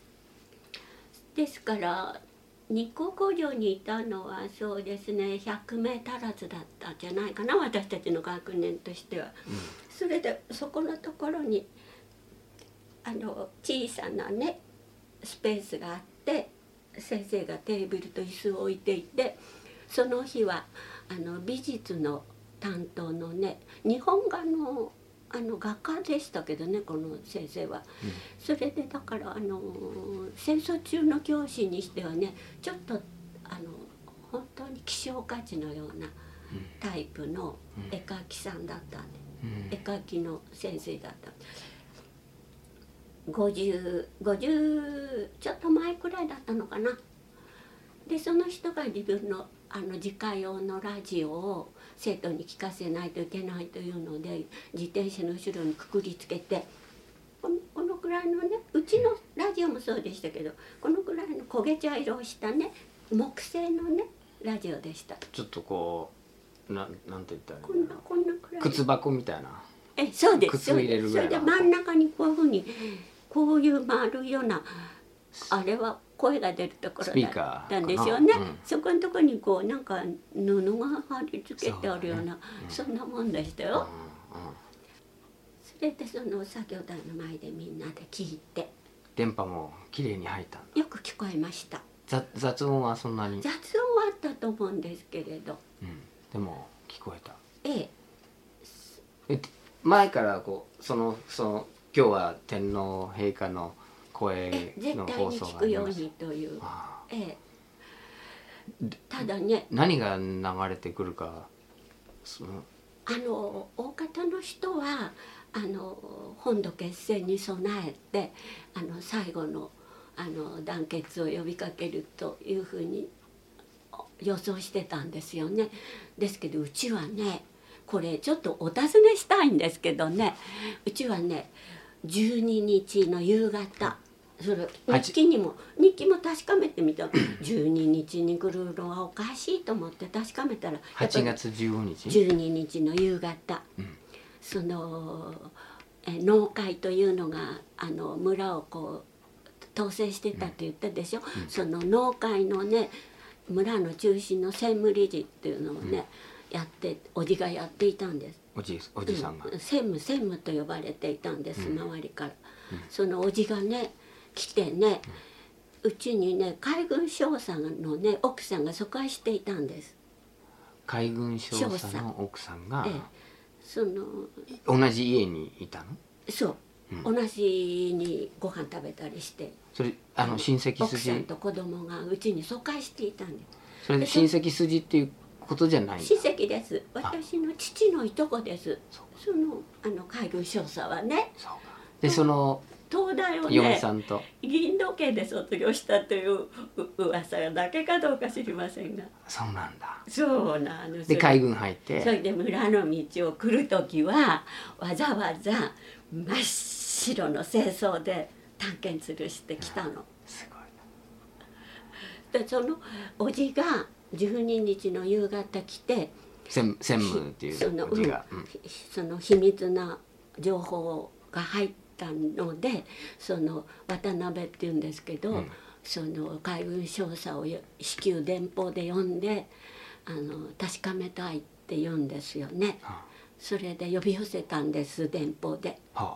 ですから日光工場にいたのはそうですね100名足らずだったんじゃないかな、私たちの学年としては。それでそこのところに小さなねスペースがあって、先生がテーブルと椅子を置いていて、その日は美術の担当のね日本画の画家でしたけどね、この先生は。それでだから戦争中の教師にしてはねちょっと本当に希少価値のようなタイプの絵描きさんだったんで、絵描きの先生だった。50ちょっと前くらいだったのかな。でその人が自分の自家用のラジオを生徒に聞かせないといけないというので自転車の後ろにくくりつけて、このくらいのね、うちのラジオもそうでしたけど、このくらいの焦げ茶色をしたね木製のねラジオでした。 ちょっとこうなんて言ったらいいこんなくらい靴箱みたいな。 そうです。 靴入れるぐらいの。 それで真ん中にこういうふうにこういう丸いようなあれは声が出るところだったんですよね。そこのところにこうなんか布が貼り付けてあるような そんなもんでしたよ。それでその作業台の前でみんなで聞いて、 電波もきれいに入ったんだ。 よく聞こえました。 雑音はそんなに、 雑音はあったと思うんですけれど、 でも聞こえた。 ええ、 前からこうその今日は天皇陛下の声絶の放対に聞送があります。 くようにという、ええ、ただね、 何が流れてくるか、 大方の人は本土決戦に備えて最後の団結を呼びかけるというふうに予想してたんですよね。ですけどうちはね、これちょっとお尋ねしたいんですけどね、うちはね12日の夕方、それ日記も確かめてみたら12日に来るのはおかしいと思って確かめたら 8月15日 12日の夕方、その農会というのが村をこう統制してたって言ったでしょ、その農会のね村の中心の専務理事っていうのをね、やっておじがやっていたんです。 おじさんが、 専務と呼ばれていたんです、周りから。そのおじがね来てね、うちにね海軍少佐のね奥さんが疎開していたんです。 海軍少佐の奥さんが、 その同じ家にいたの？ そう、同じにご飯食べたりして、 それ親戚奥さ筋、 んと子供がうちに疎開していたんです。 それで親戚筋っていうことじゃないんだ。 親戚です。私の父のいとこです。その海軍少佐はね。 そうか。でその東大をね嫁さんと銀時計で卒業したという噂だけかどうか知りませんが。 そうなんだ。 そうなんです。 で海軍入って、 それで村の道を来る時はわざわざ真っ白の正装で探検するしてきたの。 すごい。 でそのおじが12日の夕方来て、 専務っていうおじが、 その秘密な情報が入ったので、その渡辺っていうんですけど、その海軍少佐を至急電報で呼んで確かめたいって言うんですよね。それで呼び寄せたんです、電報で。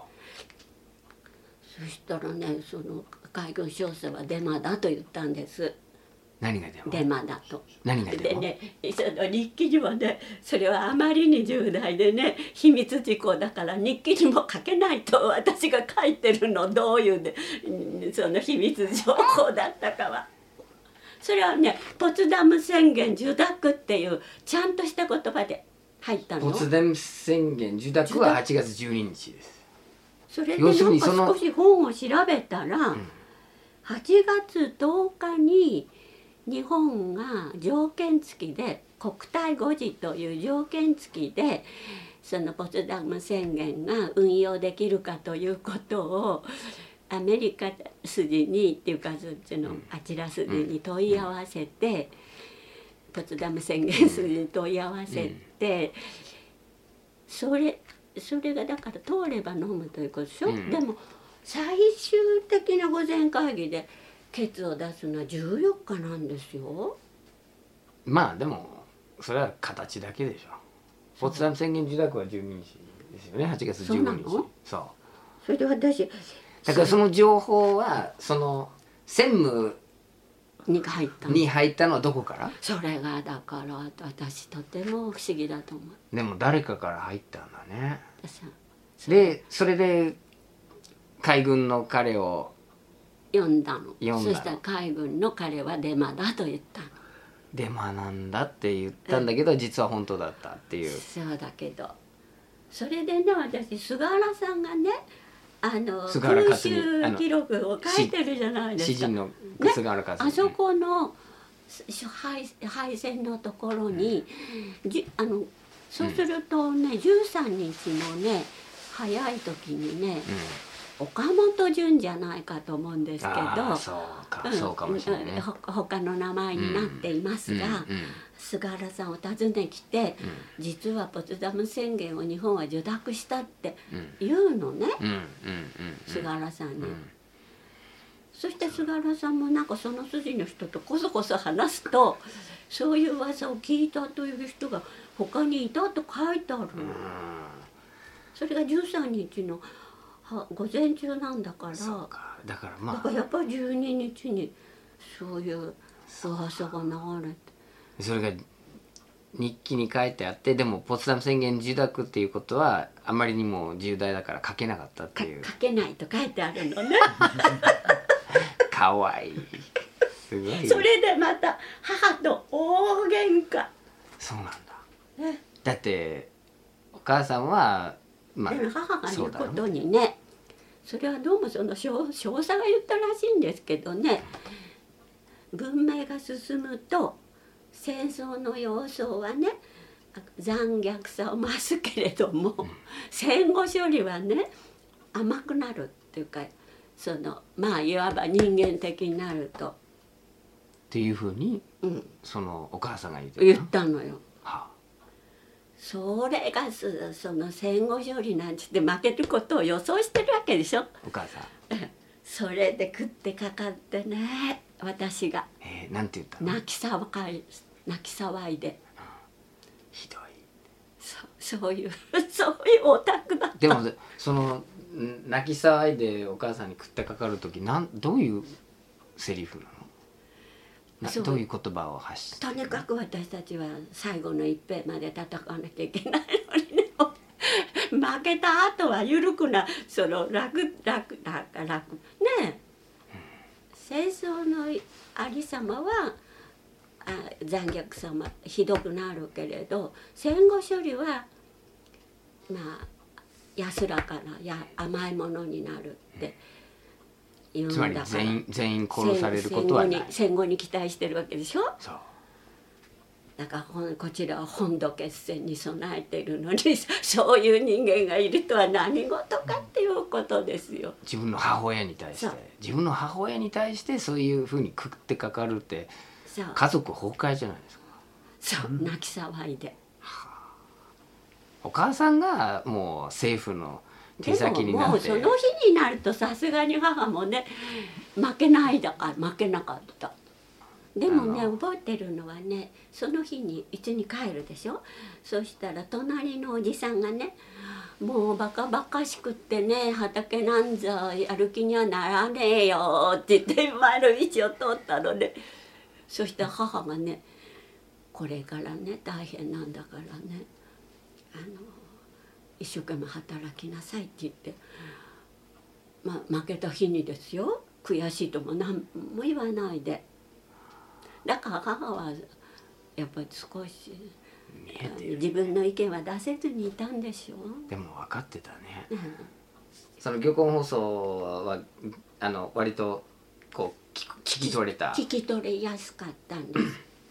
そしたらね、その海軍少佐はデマだと言ったんです。 何がデマ？ デマだと。 何がデマ？ でね、その日記にはね、それはあまりに重大でね秘密事項だから日記にも書けないと私が書いてるの。どういうでその秘密情報だったかは。それはねポツダム宣言受諾っていうちゃんとした言葉で入ったの。 ポツダム宣言受諾は8月12日です。 それでなんか少し本を調べたら、8月10日に日本が条件付きで国体5次という条件付きでそのポツダム宣言が運用できるかということをアメリカ筋にっていうかそっちのあちら筋に問い合わせて、ポツダム宣言筋に問い合わせて、それがだから通れば飲むということでしょ。でも最終的な御前会議で決を出すのは14日なんですよ。 まあでもそれは形だけでしょ。ポツダム宣言受諾は12日ですよね。8月15日。そう。 それで私だからその情報はその専務に入ったのはどこから？ それがだから私とても不思議だと思う。 でも誰かから入ったんだね。でそれで海軍の彼を読んだの。そしたら海軍の彼はデマだと言ったの。 デマなんだって言ったんだけど、実は本当だったっていう。 そうだけどそれでね、私菅原さんがね空襲記録を書いてるじゃないですか。 詩人の菅原克己、 あそこの敗戦のところに、そうするとね13日のね早い時にね、岡本潤じゃないかと思うんですけど、 そうかもしれないね。 他の名前になっていますが、菅原さんを訪ねきて、実はポツダム宣言を日本は受諾したって言うのね、菅原さんに。そして菅原さんもなんかその筋の人とこそこそ話すと、そういう噂を聞いたという人が他にいたと書いてあるの。それが13日の午前中なんだから。 そうか。 だからだまあからやっぱり12日にそういう噂が流れて。 それが日記に書いてあって、でもポツダム宣言受諾っていうことはあまりにも重大だから書けなかったっていう書けないと書いてあるのね。 かわいい、すごい。 それでまた母と大喧嘩。 そうなんだ。 ね、 だってお母さんはまあでも母がそうだろう言うことにね、それはどうもその少佐が言ったらしいんですけどね、文明が進むと戦争の様相はね残虐さを増すけれども、戦後処理はね甘くなるっていうか、そのまあいわば人間的になると、 っていうふうに、 うん、 そのお母さんが言って言ったのよ。 はそれがその戦後処理なんてって負けることを予想してるわけでしょ。 あ、お母さん、 それで食ってかかってね、私がなんて言ったの？ 泣き騒いで、 ひどい。 そういうそういうオタクだった。 でもその泣き騒いでお母さんに食ってかかる時どういうセリフなの？どういう言葉を発してとにかく私たちは最後の一兵まで戦わなきゃいけないのにね、負けた後は緩くな、その楽ねえ、戦争のありさまは残虐さもひどくなるけれど、戦後処理はまあ安らかな甘いものになるって言うんつまりだから、 全員殺されることはない。 戦後に期待してるわけでしょ。 そう。 だからこちらは本土決戦に備えているのに、そういう人間がいるとは何事かっていうことですよ。 自分の母親に対してそういうふうに食ってかかるってそう家族崩壊じゃないですか。 そう泣き騒いで。 お母さんがもう政府の手先になって。 でももうその日になるとさすがに母もね負けなかった。でもね覚えてるのはね、その日に家に帰るでしょ。そしたら隣のおじさんがね、もうバカバカしくってね、畑なんざやる気にはならねえよって言って丸道を通ったので、そしたら母がね、これからね大変なんだからね、一生懸命働きなさいって言って、負けた日にですよ、悔しいとも何も言わないで。だから母はやっぱり少し自分の意見は出せずにいたんでしょう。 でも分かってたね。 うん、 その漁港放送は割とこう聞き取れた。 聞き取れやすかったんです。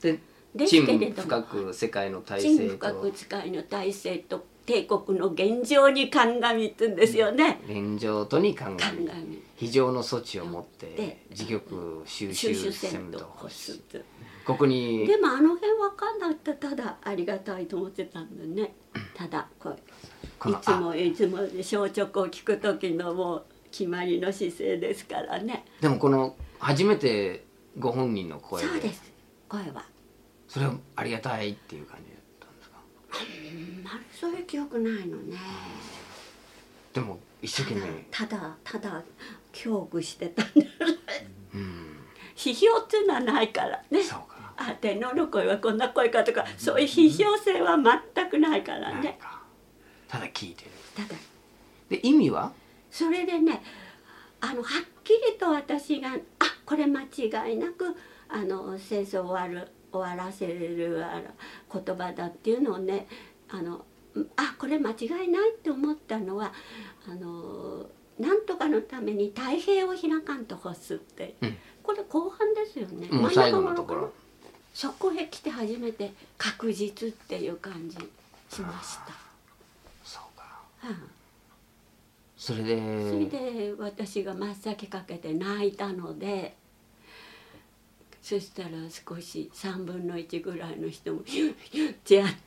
で、 ですけれども深く世界の体陳制深くと世界の体制と帝国の現状に鑑みってんですよね。 現状とに鑑み鑑み非常の措置をもってで自玉収収集集戦せんとと欲すってここにでもあの辺分かんなかったらただありがたいと思ってたんでね。ただこいのつも小直を聞く時のもう決まりの姿勢ですからね。 でもこの初めてご本人の声でそうです、声はそれはありがたいっていう感じだったんですか？ そういう記憶ないのね。 でも一生懸命ただ恐怖してたんだ。 うん批評っていうのはないからね。 そうか。 天皇の声はこんな声かとか、そういう批評性は全くないからね。 ないか。ただ聞いてる。 ただで意味はそれでね、はっきりと私がこれ間違いなく戦争を終わらせる言葉だっていうのをね、これ間違いないって思ったのはなんとかのために太平を開かんと欲すって、 うん、 これ後半ですよね。 もう最後のところ。 そこへ来て初めて確実っていう感じしました。 そうか。 そそれで私が真っ先かけて泣いたので、そしたら少し3分の1ぐらいの人もヒュッヒュッってやって、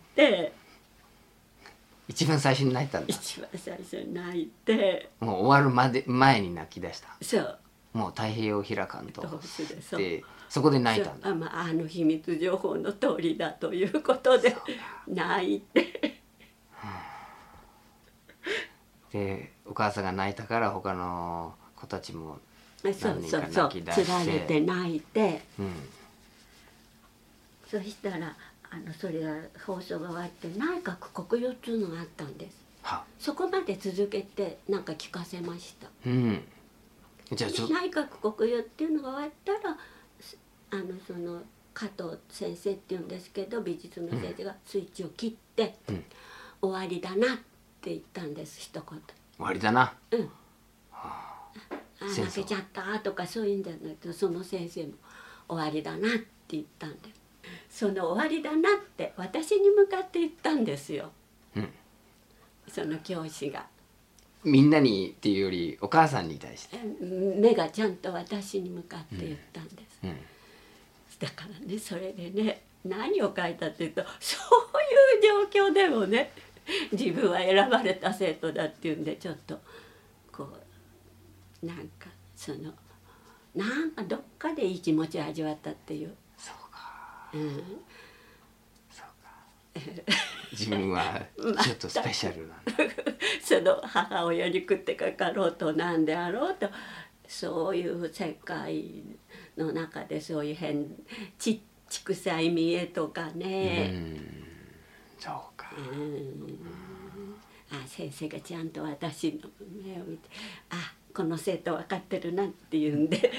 一番最初に泣いたんだ。 一番最初に泣いて、 もう終わる前に泣き出した。 そうもう太平洋開かんとどうするそうでそこで泣いたんだ。 秘密情報の通りだということで泣いてでお母さんが泣いたから他の子たちもそう何人かそうそう泣き出してつられて泣いて、 うんそしたらそれが放送が終わって内閣国有っていうのがあったんです。 はそこまで続けてなんか聞かせました。 うんじゃあ内閣国有っていうのが終わったらその加藤先生っていうんですけど美術の先生がスイッチを切って、 うん終わりだなって言ったんです一言。 終わりだな。 うん戦争負けちゃったとかそういうんじゃなくてその先生も終わりだなって言ったんです。その終わりだなって私に向かって言ったんですよ、 うん、 その教師が。 みんなにっていうよりお母さんに対して、 目がちゃんと私に向かって言ったんです、 うん、 だからねそれでね何を書いたっていうとそういう状況でもね自分は選ばれた生徒だっていうんでちょっとこうなんかなんかどっかでいい気持ちを味わったっていう。 そうか、 うん、 そうか自分はちょっとスペシャルなんだその母親に食ってかかろうとなんであろうとそういう世界の中でそういうちくさい見栄とかね、 そうか、 先生がちゃんと私の目を見てこの生徒分かってるなっていうんで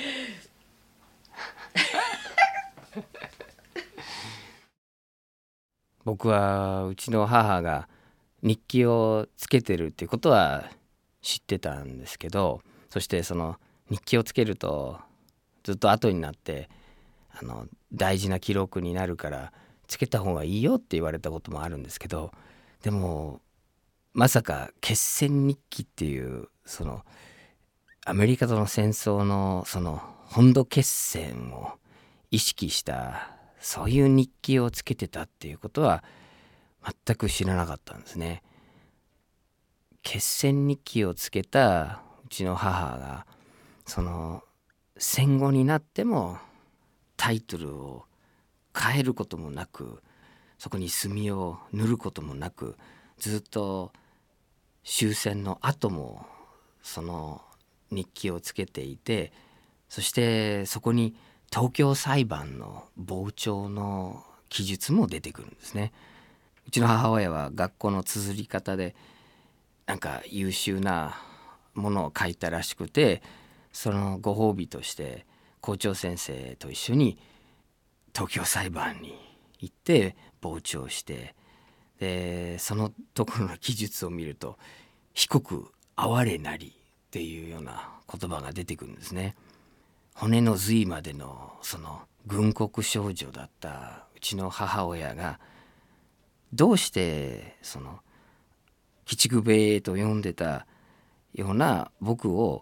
僕はうちの母が日記をつけてるっていうことは知ってたんですけど、そしてその日記をつけるとずっと後になって大事な記録になるからつけた方がいいよって言われたこともあるんですけど、でもまさか決戦日記っていうそのアメリカとの戦争のその本土決戦を意識したそういう日記をつけてたっていうことは全く知らなかったんですね。決戦日記をつけたうちの母がその戦後になってもタイトルを変えることもなく、そこに墨を塗ることもなく、ずっと終戦の後もその日記をつけていて、そしてそこに東京裁判の傍聴の記述も出てくるんですね。うちの母親は学校の綴り方でなんか優秀なものを書いたらしくて、そのご褒美として校長先生と一緒に東京裁判に行って傍聴して、でそのところの記述を見ると被告哀れなりっていうような言葉が出てくるんですね。骨の髄までのその軍国少女だったうちの母親がどうしてその鬼畜兵衛と呼んでたような僕を、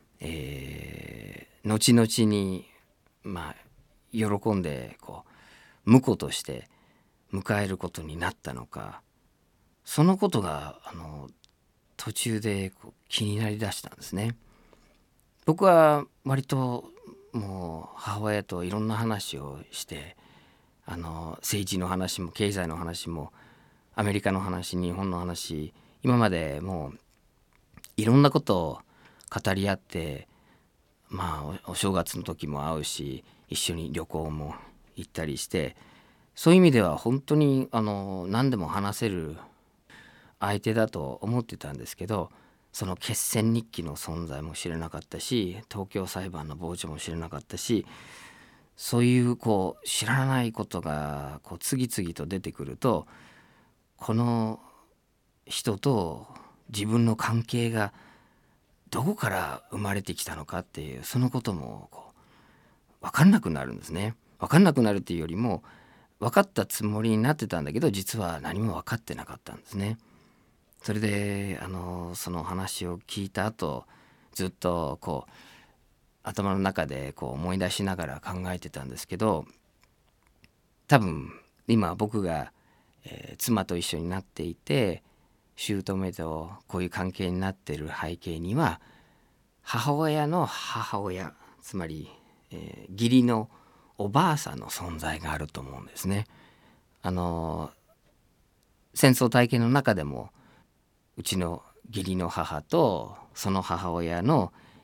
後々に喜んで婿として迎えることになったのか、そのことが途中で気になりだしたんですね。僕は割ともう母親といろんな話をして政治の話も経済の話もアメリカの話、日本の話、今までもういろんなことを語り合って、お正月の時も会うし一緒に旅行も行ったりして、そういう意味では本当に何でも話せる相手だと思ってたんですけど、その決戦日記の存在も知らなかったし、東京裁判の傍聴も知らなかったし、そういう知らないことが次々と出てくると、この人と自分の関係がどこから生まれてきたのかっていう、そのことも分かんなくなるんですね。分かんなくなるっていうよりも分かったつもりになってたんだけど、実は何も分かってなかったんですね。それでその話を聞いた後、ずっと頭の中で思い出しながら考えてたんですけど、多分今僕が、妻と一緒になっていて姑とこういう関係になっている背景には、母親の母親、つまり、義理のおばあさんの存在があると思うんですね。戦争体験の中でもうちの義理の母とその母親の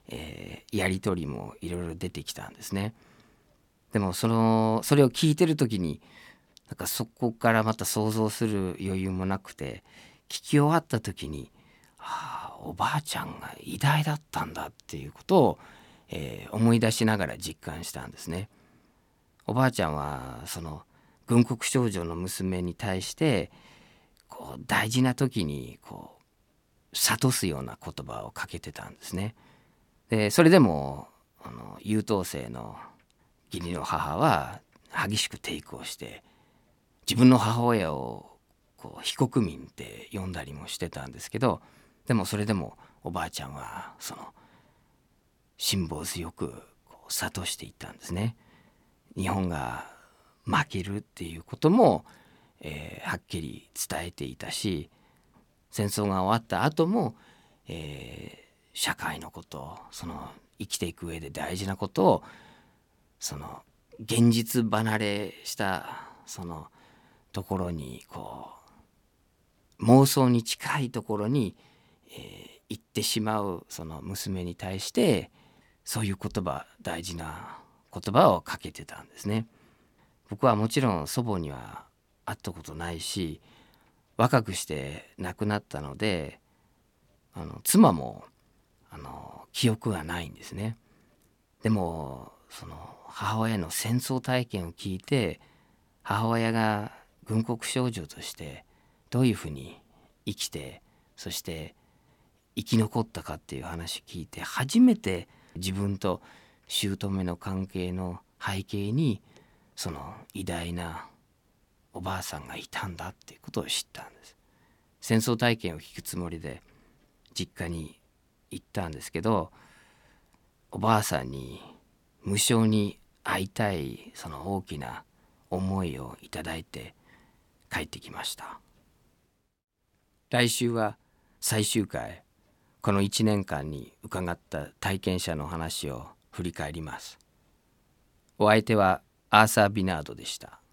やり取りもいろいろ出てきたんですね。でもそれを聞いてる時になんかそこからまた想像する余裕もなくて、聞き終わった時におばあちゃんが偉大だったんだっていうことを、思い出しながら実感したんですね。おばあちゃんはその軍国少女の娘に対してこう大事な時にこう諭すような言葉をかけてたんですね。でそれでも優等生の義理の母は激しく抵抗して自分の母親をこう非国民って呼んだりもしてたんですけど、でもそれでもおばあちゃんはその辛抱強くこう諭していったんですね。日本が負けるっていうことも、はっきり伝えていたし、戦争が終わった後も、社会のこと、その生きていく上で大事なことをその現実離れしたそのところにこう妄想に近いところに、行ってしまうその娘に対してそういう言葉、大事な言葉をかけてたんですね。僕はもちろん祖母には会ったことないし、若くして亡くなったので妻も記憶がないんですね。でもその母親の戦争体験を聞いて、母親が軍国少女としてどういうふうに生きて、そして生き残ったかっていう話を聞いて、初めて自分と姑の関係の背景にその偉大なおばあさんがいたんだっていうことを知ったんです。戦争体験を聞くつもりで実家に行ったんですけど、おばあさんに無償に会いたいその大きな思いをいただいて帰ってきました。来週は最終回、この1年間に伺った体験者の話を振り返ります。お相手はアーサー・ビナードでした。